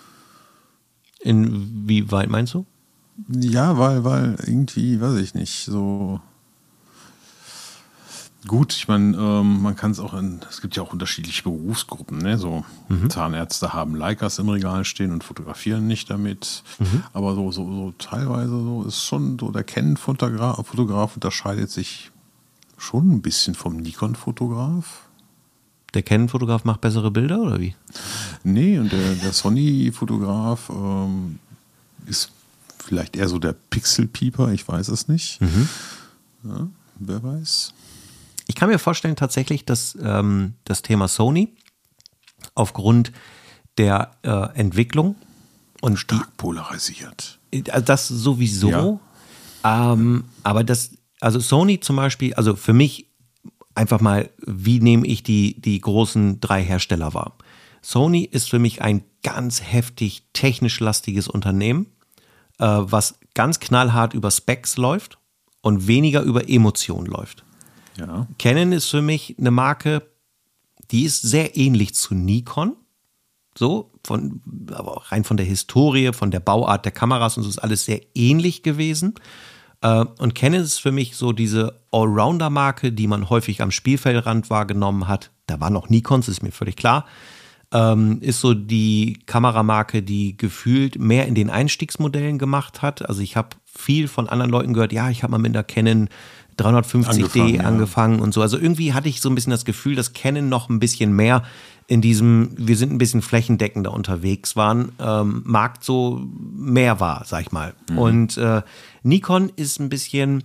A: Inwieweit meinst du?
B: Ja, weil irgendwie, weiß ich nicht, so Gut, ich meine, man kann es auch es gibt ja auch unterschiedliche Berufsgruppen, ne? So Zahnärzte haben Leicas im Regal stehen und fotografieren nicht damit. Aber so teilweise so ist schon so, der Canon-Fotograf unterscheidet sich schon ein bisschen vom Nikon-Fotograf.
A: Der Canon-Fotograf macht bessere Bilder oder wie?
B: Nee, und der Sony-Fotograf ist vielleicht eher so der Pixelpieper, ich weiß es nicht. Ja, wer weiß.
A: Ich kann mir vorstellen tatsächlich, dass das Thema Sony aufgrund der Entwicklung und
B: Stark polarisiert.
A: das sowieso, aber also Sony zum Beispiel, also für mich einfach mal, wie nehme ich die großen 3 Hersteller wahr? Sony ist für mich ein ganz heftig technisch lastiges Unternehmen, was ganz knallhart über Specs läuft und weniger über Emotionen läuft.
B: Ja.
A: Canon ist für mich eine Marke, die ist sehr ähnlich zu Nikon. So, aber auch rein von der Historie, von der Bauart der Kameras und so ist alles sehr ähnlich gewesen. Und Canon ist für mich so diese Allrounder-Marke, die man häufig am Spielfeldrand wahrgenommen hat. Da waren noch Nikons, ist mir völlig klar. Ist so die Kameramarke, die gefühlt mehr in den Einstiegsmodellen gemacht hat. Also ich habe viel von anderen Leuten gehört, ja, ich habe mal mit der Canon 350D angefangen und so. Also irgendwie hatte ich so ein bisschen das Gefühl, dass Canon noch ein bisschen mehr in diesem, wir sind ein bisschen flächendeckender unterwegs waren, Markt so mehr war, sag ich mal. Und Nikon ist ein bisschen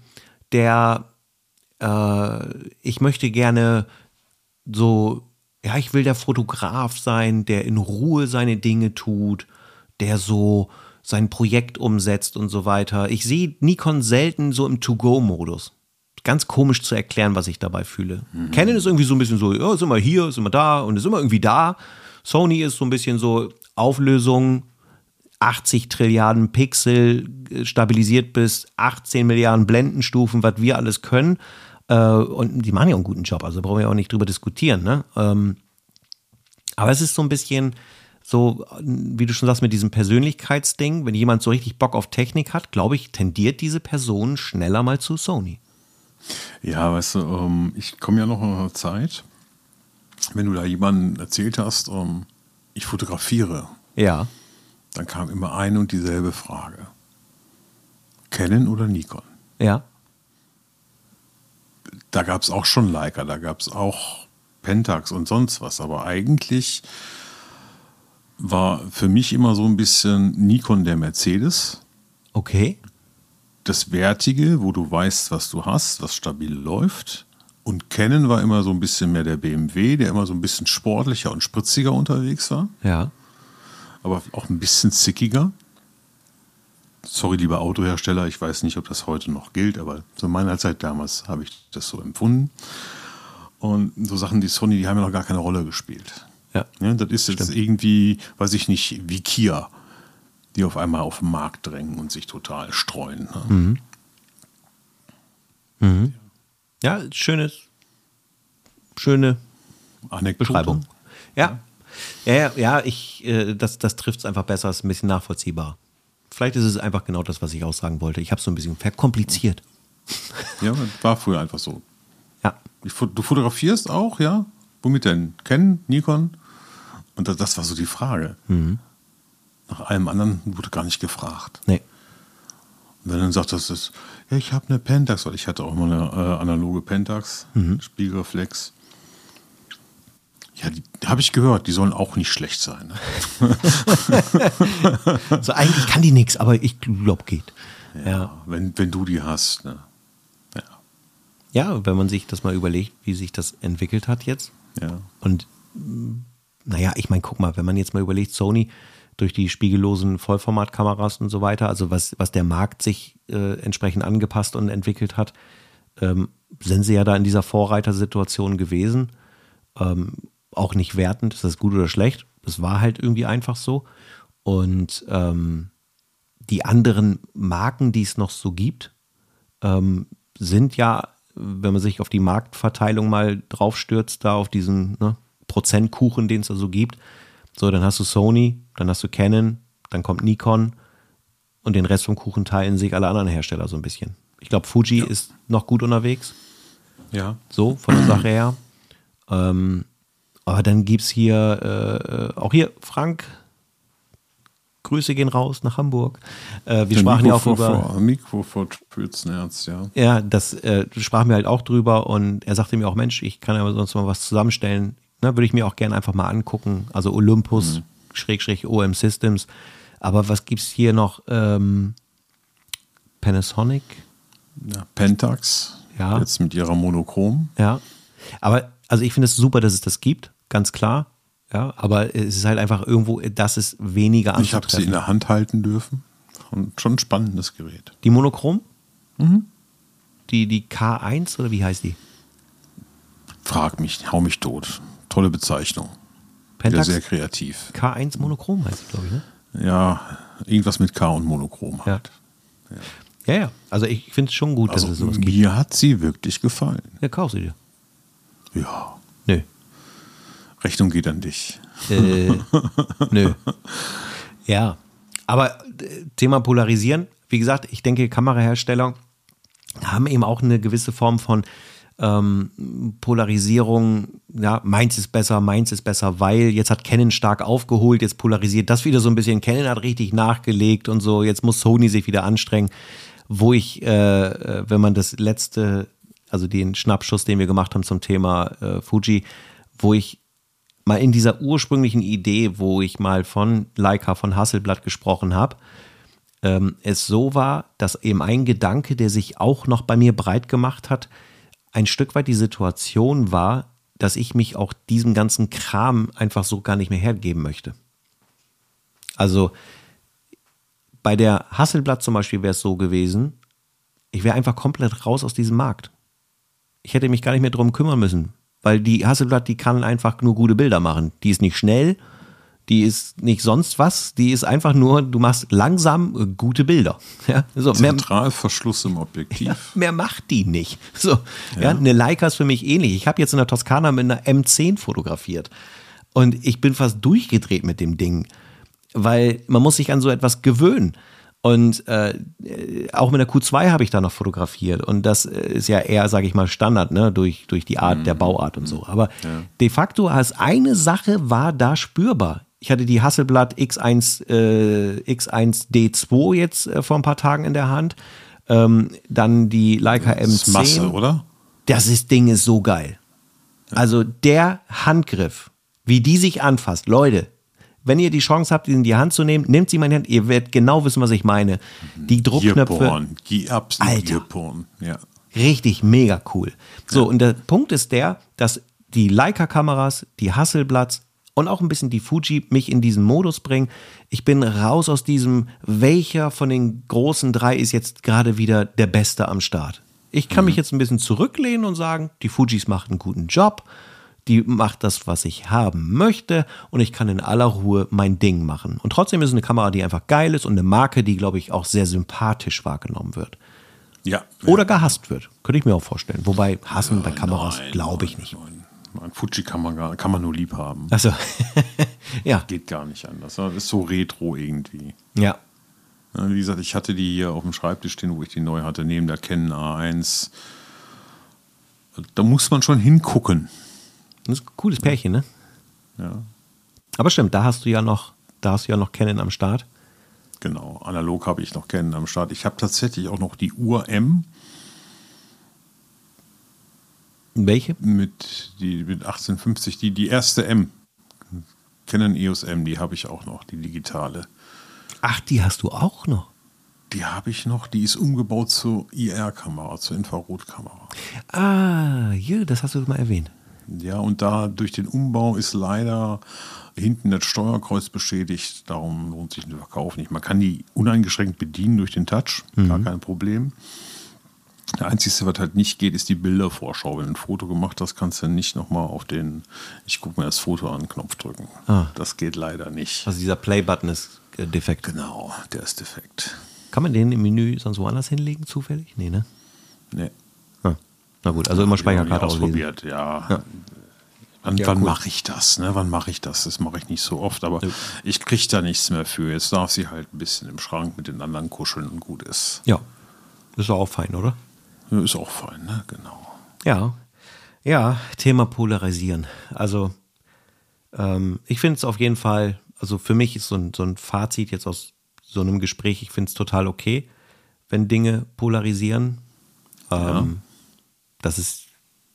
A: ich möchte gerne so, ja, ich will der Fotograf sein, der in Ruhe seine Dinge tut, der so sein Projekt umsetzt und so weiter. Ich sehe Nikon selten so im To-Go-Modus. Ganz komisch zu erklären, was ich dabei fühle. Canon ist irgendwie so ein bisschen so, ja, ist immer hier, ist immer da und ist immer irgendwie da. Sony ist so ein bisschen so Auflösung, 80 Trilliarden Pixel, stabilisiert bis 18 Milliarden Blendenstufen, was wir alles können. Und die machen ja auch einen guten Job, also brauchen wir auch nicht drüber diskutieren. Ne? Aber es ist so ein bisschen so, wie du schon sagst, mit diesem Persönlichkeitsding, wenn jemand so richtig Bock auf Technik hat, glaube ich, tendiert diese Person schneller mal zu Sony.
B: Ja, weißt du, ich komme ja noch in einer Zeit, wenn du da jemandem erzählt hast, ich fotografiere,
A: Ja.
B: dann kam immer eine und dieselbe Frage. Canon oder Nikon?
A: Ja.
B: Da gab es auch schon Leica, da gab es auch Pentax und sonst was, aber eigentlich war für mich immer so ein bisschen Nikon der Mercedes.
A: Okay.
B: Das Wertige, wo du weißt, was du hast, was stabil läuft. Und Canon war immer so ein bisschen mehr der BMW, der immer so ein bisschen sportlicher und spritziger unterwegs war.
A: Ja.
B: Aber auch ein bisschen zickiger. Sorry, lieber Autohersteller, ich weiß nicht, ob das heute noch gilt, aber zu meiner Zeit damals habe ich das so empfunden. Und so Sachen, die Sony, die haben ja noch gar keine Rolle gespielt.
A: Ja.
B: Ja, das ist jetzt irgendwie, weiß ich nicht, wie Kia, die auf einmal auf den Markt drängen und sich total streuen. Ne?
A: Ja, schöne
B: Anekdote.
A: Beschreibung. Ja. Ja, das trifft es einfach besser, ist ein bisschen nachvollziehbar. Vielleicht ist es einfach genau das, was ich auch sagen wollte. Ich habe es so ein bisschen verkompliziert.
B: Ja, war früher einfach so.
A: Ja.
B: Du fotografierst auch, ja? Womit denn? Canon, Nikon? Und das war so die Frage. Nach allem anderen wurde gar nicht gefragt.
A: Nee.
B: Und wenn du dann sagst, ja, ich habe eine Pentax, weil ich hatte auch mal eine analoge Pentax, Spiegelreflex. Ja, die habe ich gehört, die sollen auch nicht schlecht sein. Ne?
A: So, eigentlich kann die nichts, aber ich glaube, geht.
B: Ja. Wenn du die hast. Ne? Ja.
A: Ja, wenn man sich das mal überlegt, wie sich das entwickelt hat jetzt.
B: Ja.
A: Und naja, ich meine, guck mal, wenn man jetzt mal überlegt, Sony durch die spiegellosen Vollformatkameras und so weiter, also was der Markt sich entsprechend angepasst und entwickelt hat, sind sie ja da in dieser Vorreitersituation gewesen. Auch nicht wertend, ist das gut oder schlecht. Das war halt irgendwie einfach so. Und die anderen Marken, die es noch so gibt, sind ja, wenn man sich auf die Marktverteilung mal draufstürzt, da auf diesen Prozentkuchen, den es da so gibt, so, dann hast du Sony, dann hast du Canon, dann kommt Nikon und den Rest vom Kuchen teilen sich alle anderen Hersteller so ein bisschen. Ich glaube, Fuji ist noch gut unterwegs.
B: Ja.
A: So, von der Sache her. Aber dann gibt es hier, auch hier, Frank, Grüße gehen raus nach Hamburg. Wir sprachen ja auch über
B: Mikro vor Spürzenherz, ja.
A: Ja, das sprachen wir halt auch drüber und er sagte mir auch, Mensch, ich kann aber sonst mal was zusammenstellen. Ne, würde ich mir auch gerne einfach mal angucken. Also Olympus, / OM Systems. Aber was gibt es hier noch? Panasonic?
B: Ja, Pentax,
A: Ja.
B: Jetzt mit ihrer Monochrom.
A: Ja. Aber also ich finde es super, dass es das gibt, ganz klar. Ja, aber es ist halt einfach irgendwo, das ist weniger anzutreffen.
B: Ich habe sie in der Hand halten dürfen. Und schon ein spannendes Gerät.
A: Die Monochrom? Die K1 oder wie heißt die?
B: Frag mich, hau mich tot. Tolle Bezeichnung.
A: Pentax?
B: Wieder sehr kreativ.
A: K1 Monochrom heißt die, glaube ich, ne?
B: Ja, irgendwas mit K und Monochrom halt.
A: Ja. Also ich finde es schon gut,
B: Also
A: dass es sowas gibt.
B: mir hat sie wirklich gefallen.
A: Ja, kauf sie dir.
B: Ja,
A: Nö.
B: Rechnung geht an dich.
A: Nö. Ja, aber Thema Polarisieren, wie gesagt, ich denke, Kamerahersteller haben eben auch eine gewisse Form von Polarisierung. Ja, meins ist besser, weil jetzt hat Canon stark aufgeholt, jetzt polarisiert das wieder so ein bisschen. Canon hat richtig nachgelegt und so, jetzt muss Sony sich wieder anstrengen. Wo ich, wenn man das letzte, also den Schnappschuss, den wir gemacht haben zum Thema Fuji, wo ich mal in dieser ursprünglichen Idee, wo ich mal von Leica, von Hasselblad gesprochen habe, es so war, dass eben ein Gedanke, der sich auch noch bei mir breit gemacht hat, ein Stück weit die Situation war, dass ich mich auch diesem ganzen Kram einfach so gar nicht mehr hergeben möchte. Also bei der Hasselblad zum Beispiel wäre es so gewesen, ich wäre einfach komplett raus aus diesem Markt. Ich hätte mich gar nicht mehr drum kümmern müssen. Weil die Hasselblad, die kann einfach nur gute Bilder machen. Die ist nicht schnell, die ist nicht sonst was, die ist einfach nur, du machst langsam gute Bilder. Ja, so,
B: Zentralverschluss im Objektiv.
A: Ja, mehr macht die nicht. So, ja. Eine Leica ist für mich ähnlich. Ich habe jetzt in der Toskana mit einer M10 fotografiert und ich bin fast durchgedreht mit dem Ding, weil man muss sich an so etwas gewöhnen. Und auch mit der Q2 habe ich da noch fotografiert. Und das ist ja eher, sage ich mal, Standard, ne? durch die Art der Bauart und so. Aber de facto als eine Sache war da spürbar. Ich hatte die Hasselblad X1D2 jetzt vor ein paar Tagen in der Hand. Dann die Leica M10.
B: Das ist Masse, oder?
A: Ding ist so geil. Also der Handgriff, wie die sich anfasst. Leute, wenn ihr die Chance habt, die in die Hand zu nehmen, nehmt sie mal in die Hand. Ihr werdet genau wissen, was ich meine. Die Druckknöpfe. Alter.
B: Ja.
A: Richtig mega cool. So, und der Punkt ist der, dass die Leica-Kameras, die Hasselblads und auch ein bisschen die Fuji mich in diesen Modus bringen. Ich bin raus aus diesem, welcher von den großen 3 ist jetzt gerade wieder der Beste am Start. Ich kann mich jetzt ein bisschen zurücklehnen und sagen, die Fujis macht einen guten Job. Die macht das, was ich haben möchte und ich kann in aller Ruhe mein Ding machen. Und trotzdem ist es eine Kamera, die einfach geil ist und eine Marke, die, glaube ich, auch sehr sympathisch wahrgenommen wird.
B: Ja.
A: Oder gehasst wird. Könnte ich mir auch vorstellen. Wobei hassen bei Kameras glaube ich nicht.
B: Ein Fuji kann man nur lieb haben.
A: Achso. Ja.
B: Geht gar nicht anders. Das ist so retro irgendwie.
A: Ja.
B: Wie gesagt, ich hatte die hier auf dem Schreibtisch stehen, wo ich die neu hatte, neben der Canon A1. Da muss man schon hingucken.
A: Das ist ein cooles Pärchen, ne?
B: Ja.
A: Aber stimmt, da hast du ja noch Canon am Start.
B: Genau, analog habe ich noch Canon am Start. Ich habe tatsächlich auch noch die Uhr M.
A: Welche?
B: Mit 1850, die erste M. Canon EOS M, die habe ich auch noch, die digitale.
A: Ach, die hast du auch noch?
B: Die habe ich noch, die ist umgebaut zur IR-Kamera, zur Infrarotkamera.
A: Ah, ja, das hast du mal erwähnt.
B: Ja, und da durch den Umbau ist leider hinten das Steuerkreuz beschädigt. Darum lohnt sich der Verkauf nicht. Man kann die uneingeschränkt bedienen durch den Touch. Gar kein Problem. Der Einzige, was halt nicht geht, ist die Bildervorschau. Wenn du ein Foto gemacht hast, kannst du nicht nochmal auf den ich gucke mir das Foto an, Knopf drücken. Das geht leider nicht.
A: Also dieser Play-Button ist defekt.
B: Genau, der ist defekt.
A: Kann man den im Menü sonst woanders hinlegen, zufällig? Nee, ne?
B: Nee.
A: Na gut, also immer Speicherkarte
B: ausprobiert, ja. Wann mache ich das? Ne? Wann mache ich das? Das mache ich nicht so oft, aber ich kriege da nichts mehr für. Jetzt darf sie halt ein bisschen im Schrank mit den anderen kuscheln und gut ist.
A: Ja, ist auch fein, oder?
B: Ja, ist auch fein, ne? Genau.
A: Ja, Ja, Thema Polarisieren. Also ich finde es auf jeden Fall, also für mich ist so ein Fazit jetzt aus so einem Gespräch, ich finde es total okay, wenn Dinge polarisieren. Das ist,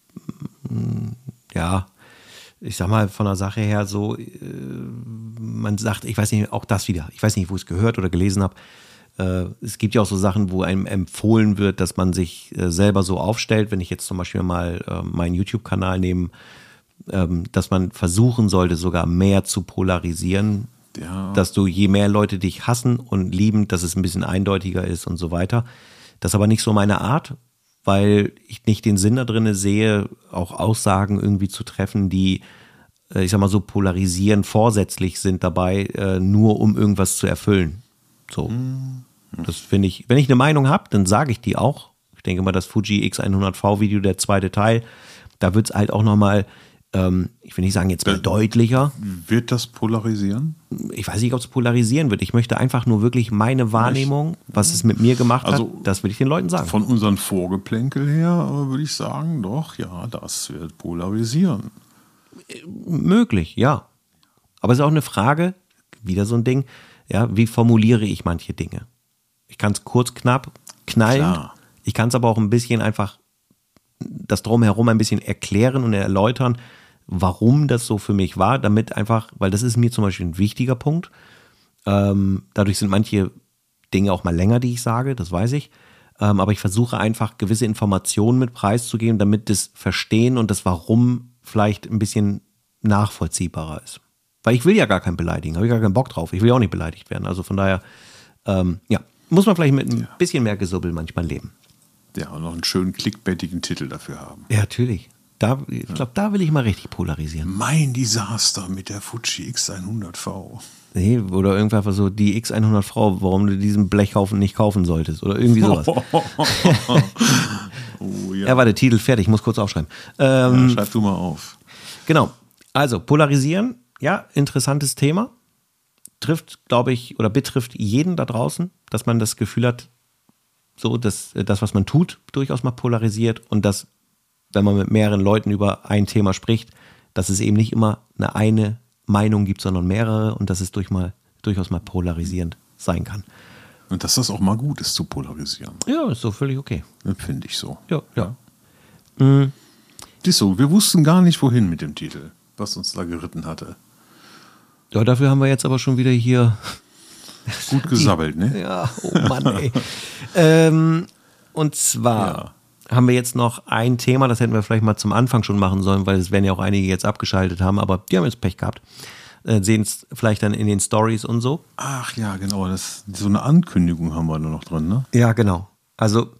A: ja, ich sag mal von der Sache her so, man sagt, ich weiß nicht, auch das wieder, ich weiß nicht, wo ich es gehört oder gelesen habe, es gibt ja auch so Sachen, wo einem empfohlen wird, dass man sich selber so aufstellt, wenn ich jetzt zum Beispiel mal meinen YouTube-Kanal nehme, dass man versuchen sollte, sogar mehr zu polarisieren, dass du, je mehr Leute dich hassen und lieben, dass es ein bisschen eindeutiger ist und so weiter. Das ist aber nicht so meine Art, weil ich nicht den Sinn da drin sehe, auch Aussagen irgendwie zu treffen, die, ich sag mal so, polarisieren, vorsätzlich sind dabei, nur um irgendwas zu erfüllen. So. Das finde ich, wenn ich eine Meinung habe, dann sage ich die auch. Ich denke mal, das Fuji X100V-Video, der zweite Teil, da wird es halt auch nochmal, ich will nicht sagen jetzt mal deutlicher.
B: Wird das polarisieren?
A: Ich weiß nicht, ob es polarisieren wird. Ich möchte einfach nur wirklich meine Wahrnehmung, was es mit mir gemacht hat, das will ich den Leuten sagen.
B: Von unseren Vorgeplänkel her würde ich sagen, doch, ja, das wird polarisieren.
A: Möglich, ja. Aber es ist auch eine Frage, wieder so ein Ding, ja, wie formuliere ich manche Dinge? Ich kann es kurz, knapp, knallen. Klar. Ich kann es aber auch ein bisschen einfach das Drumherum ein bisschen erklären und erläutern, warum das so für mich war, damit einfach, weil das ist mir zum Beispiel ein wichtiger Punkt. Dadurch sind manche Dinge auch mal länger, die ich sage, das weiß ich. Aber ich versuche einfach gewisse Informationen mit preiszugeben, damit das Verstehen und das Warum vielleicht ein bisschen nachvollziehbarer ist. Weil ich will ja gar keinen beleidigen, habe ich gar keinen Bock drauf. Ich will ja auch nicht beleidigt werden. Also von daher, ja, muss man vielleicht mit ein bisschen mehr Gesubbel manchmal leben.
B: Ja, und noch einen schönen clickbaitigen Titel dafür haben.
A: Ja, natürlich. Ich glaube, da will ich mal richtig polarisieren.
B: Mein Desaster mit der Fuji X100V.
A: Nee, oder irgendwann so die X100V, warum du diesen Blechhaufen nicht kaufen solltest. Oder irgendwie sowas.
B: Oh, ja.
A: Ja, war der Titel fertig, ich muss kurz aufschreiben.
B: Schreib du mal auf.
A: Genau. Also, polarisieren, ja, interessantes Thema. Trifft, glaube ich, oder betrifft jeden da draußen, dass man das Gefühl hat, so, dass das, was man tut, durchaus mal polarisiert und dass, wenn man mit mehreren Leuten über ein Thema spricht, dass es eben nicht immer eine Meinung gibt, sondern mehrere und dass es durchaus mal polarisierend sein kann.
B: Und dass das auch mal gut ist, zu polarisieren.
A: Ja, ist so völlig okay.
B: Finde ich so.
A: Ja.
B: Siehst du, wir wussten gar nicht, wohin mit dem Titel, was uns da geritten hatte.
A: Ja, dafür haben wir jetzt aber schon wieder hier
B: gut gesabbelt, ne?
A: Ja, oh Mann, ey. Und zwar haben wir jetzt noch ein Thema, das hätten wir vielleicht mal zum Anfang schon machen sollen, weil es werden ja auch einige jetzt abgeschaltet haben, aber die haben jetzt Pech gehabt. Sehen es vielleicht dann in den Stories und so.
B: Ach ja, genau, so eine Ankündigung haben wir da noch drin, ne?
A: Ja, genau. Also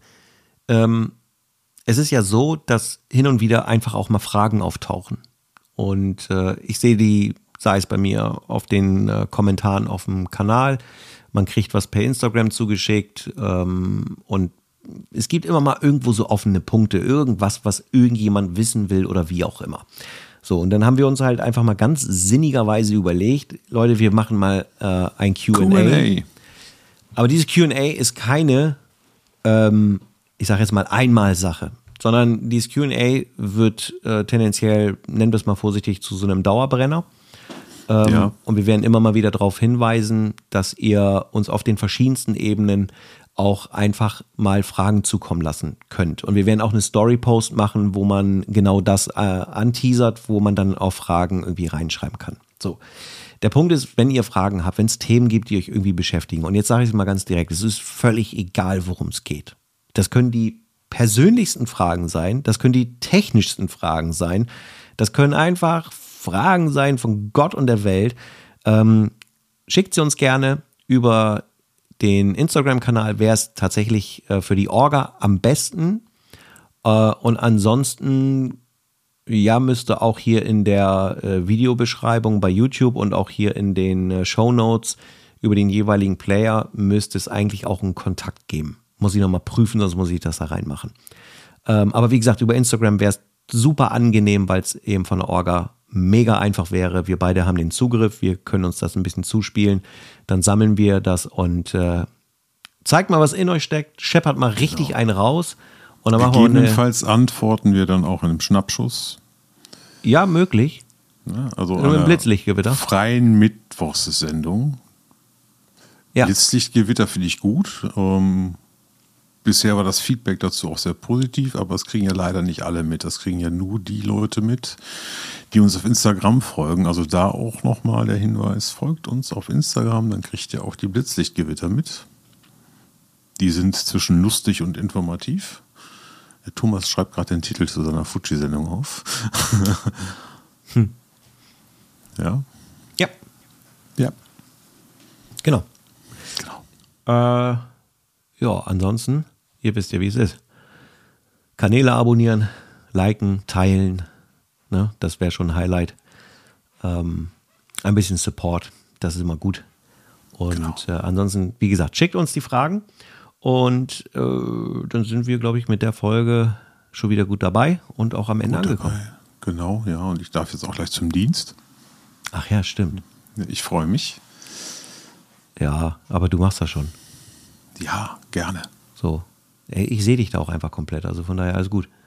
A: es ist ja so, dass hin und wieder einfach auch mal Fragen auftauchen. Und ich sehe sei es bei mir auf den Kommentaren auf dem Kanal, man kriegt was per Instagram zugeschickt und es gibt immer mal irgendwo so offene Punkte, irgendwas, was irgendjemand wissen will oder wie auch immer. So, und dann haben wir uns halt einfach mal ganz sinnigerweise überlegt, Leute, wir machen mal ein Q&A. Aber dieses Q&A ist keine, ich sage jetzt mal Einmalsache, sondern dieses Q&A wird tendenziell, nennen wir es mal vorsichtig, zu so einem Dauerbrenner. Und wir werden immer mal wieder darauf hinweisen, dass ihr uns auf den verschiedensten Ebenen auch einfach mal Fragen zukommen lassen könnt. Und wir werden auch eine Story-Post machen, wo man genau das anteasert, wo man dann auch Fragen irgendwie reinschreiben kann. So. Der Punkt ist, wenn ihr Fragen habt, wenn es Themen gibt, die euch irgendwie beschäftigen, und jetzt sage ich es mal ganz direkt, es ist völlig egal, worum es geht. Das können die persönlichsten Fragen sein, das können die technischsten Fragen sein, das können einfach Fragen sein von Gott und der Welt. Schickt sie uns gerne über den Instagram-Kanal, wäre es tatsächlich für die Orga am besten. Und ansonsten, ja, müsste auch hier in der Videobeschreibung bei YouTube und auch hier in den Shownotes über den jeweiligen Player müsste es eigentlich auch einen Kontakt geben. Muss ich nochmal prüfen, sonst muss ich das da reinmachen. Aber wie gesagt, über Instagram wäre es super angenehm, weil es eben von der Orga mega einfach wäre. Wir beide haben den Zugriff, wir können uns das ein bisschen zuspielen, dann sammeln wir das und zeigt mal, was in euch steckt, scheppert mal richtig einen raus Und dann machen wir
B: Gegebenenfalls antworten wir dann auch in einem Schnappschuss.
A: Ja, möglich.
B: Ja, also
A: Oder im Blitzlichtgewitter.
B: Freien Mittwochssendung.
A: Ja.
B: Blitzlichtgewitter finde ich gut. Bisher war das Feedback dazu auch sehr positiv, aber es kriegen ja leider nicht alle mit. Das kriegen ja nur die Leute mit, die uns auf Instagram folgen. Also da auch nochmal der Hinweis, folgt uns auf Instagram, dann kriegt ihr auch die Blitzlichtgewitter mit. Die sind zwischen lustig und informativ. Der Thomas schreibt gerade den Titel zu seiner Fuji-Sendung auf. Ja.
A: Ja.
B: Ja.
A: Genau.
B: Genau.
A: Ja, ansonsten, ihr wisst ja, wie es ist. Kanäle abonnieren, liken, teilen. Ne? Das wäre schon ein Highlight. Ein bisschen Support, das ist immer gut. Und ansonsten, wie gesagt, schickt uns die Fragen. Und dann sind wir, glaube ich, mit der Folge schon wieder gut dabei und auch am Ende angekommen.
B: Dabei. Genau, ja. Und ich darf jetzt auch gleich zum Dienst.
A: Ach ja, stimmt.
B: Ich freue mich.
A: Ja, aber du machst das schon.
B: Ja, gerne.
A: So. Ey, ich sehe dich da auch einfach komplett. Also von daher alles gut.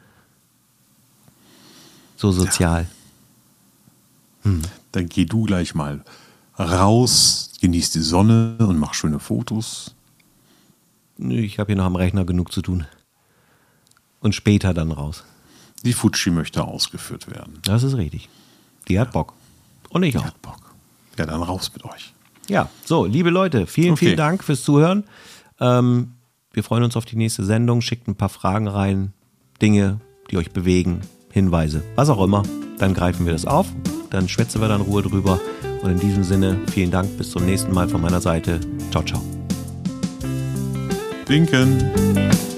A: So sozial.
B: Ja. Dann geh du gleich mal raus, genieß die Sonne und mach schöne Fotos.
A: Ich habe hier noch am Rechner genug zu tun. Und später dann raus.
B: Die Fuji möchte ausgeführt werden.
A: Das ist richtig. Die hat Bock. Und ich auch.
B: Die hat Bock. Ja, dann raus mit euch.
A: Ja, so, liebe Leute, vielen Dank fürs Zuhören. Wir freuen uns auf die nächste Sendung. Schickt ein paar Fragen rein, Dinge, die euch bewegen, Hinweise, was auch immer. Dann greifen wir das auf, dann schwätzen wir dann in Ruhe drüber. Und in diesem Sinne, vielen Dank, bis zum nächsten Mal von meiner Seite. Ciao, ciao.
B: Winken.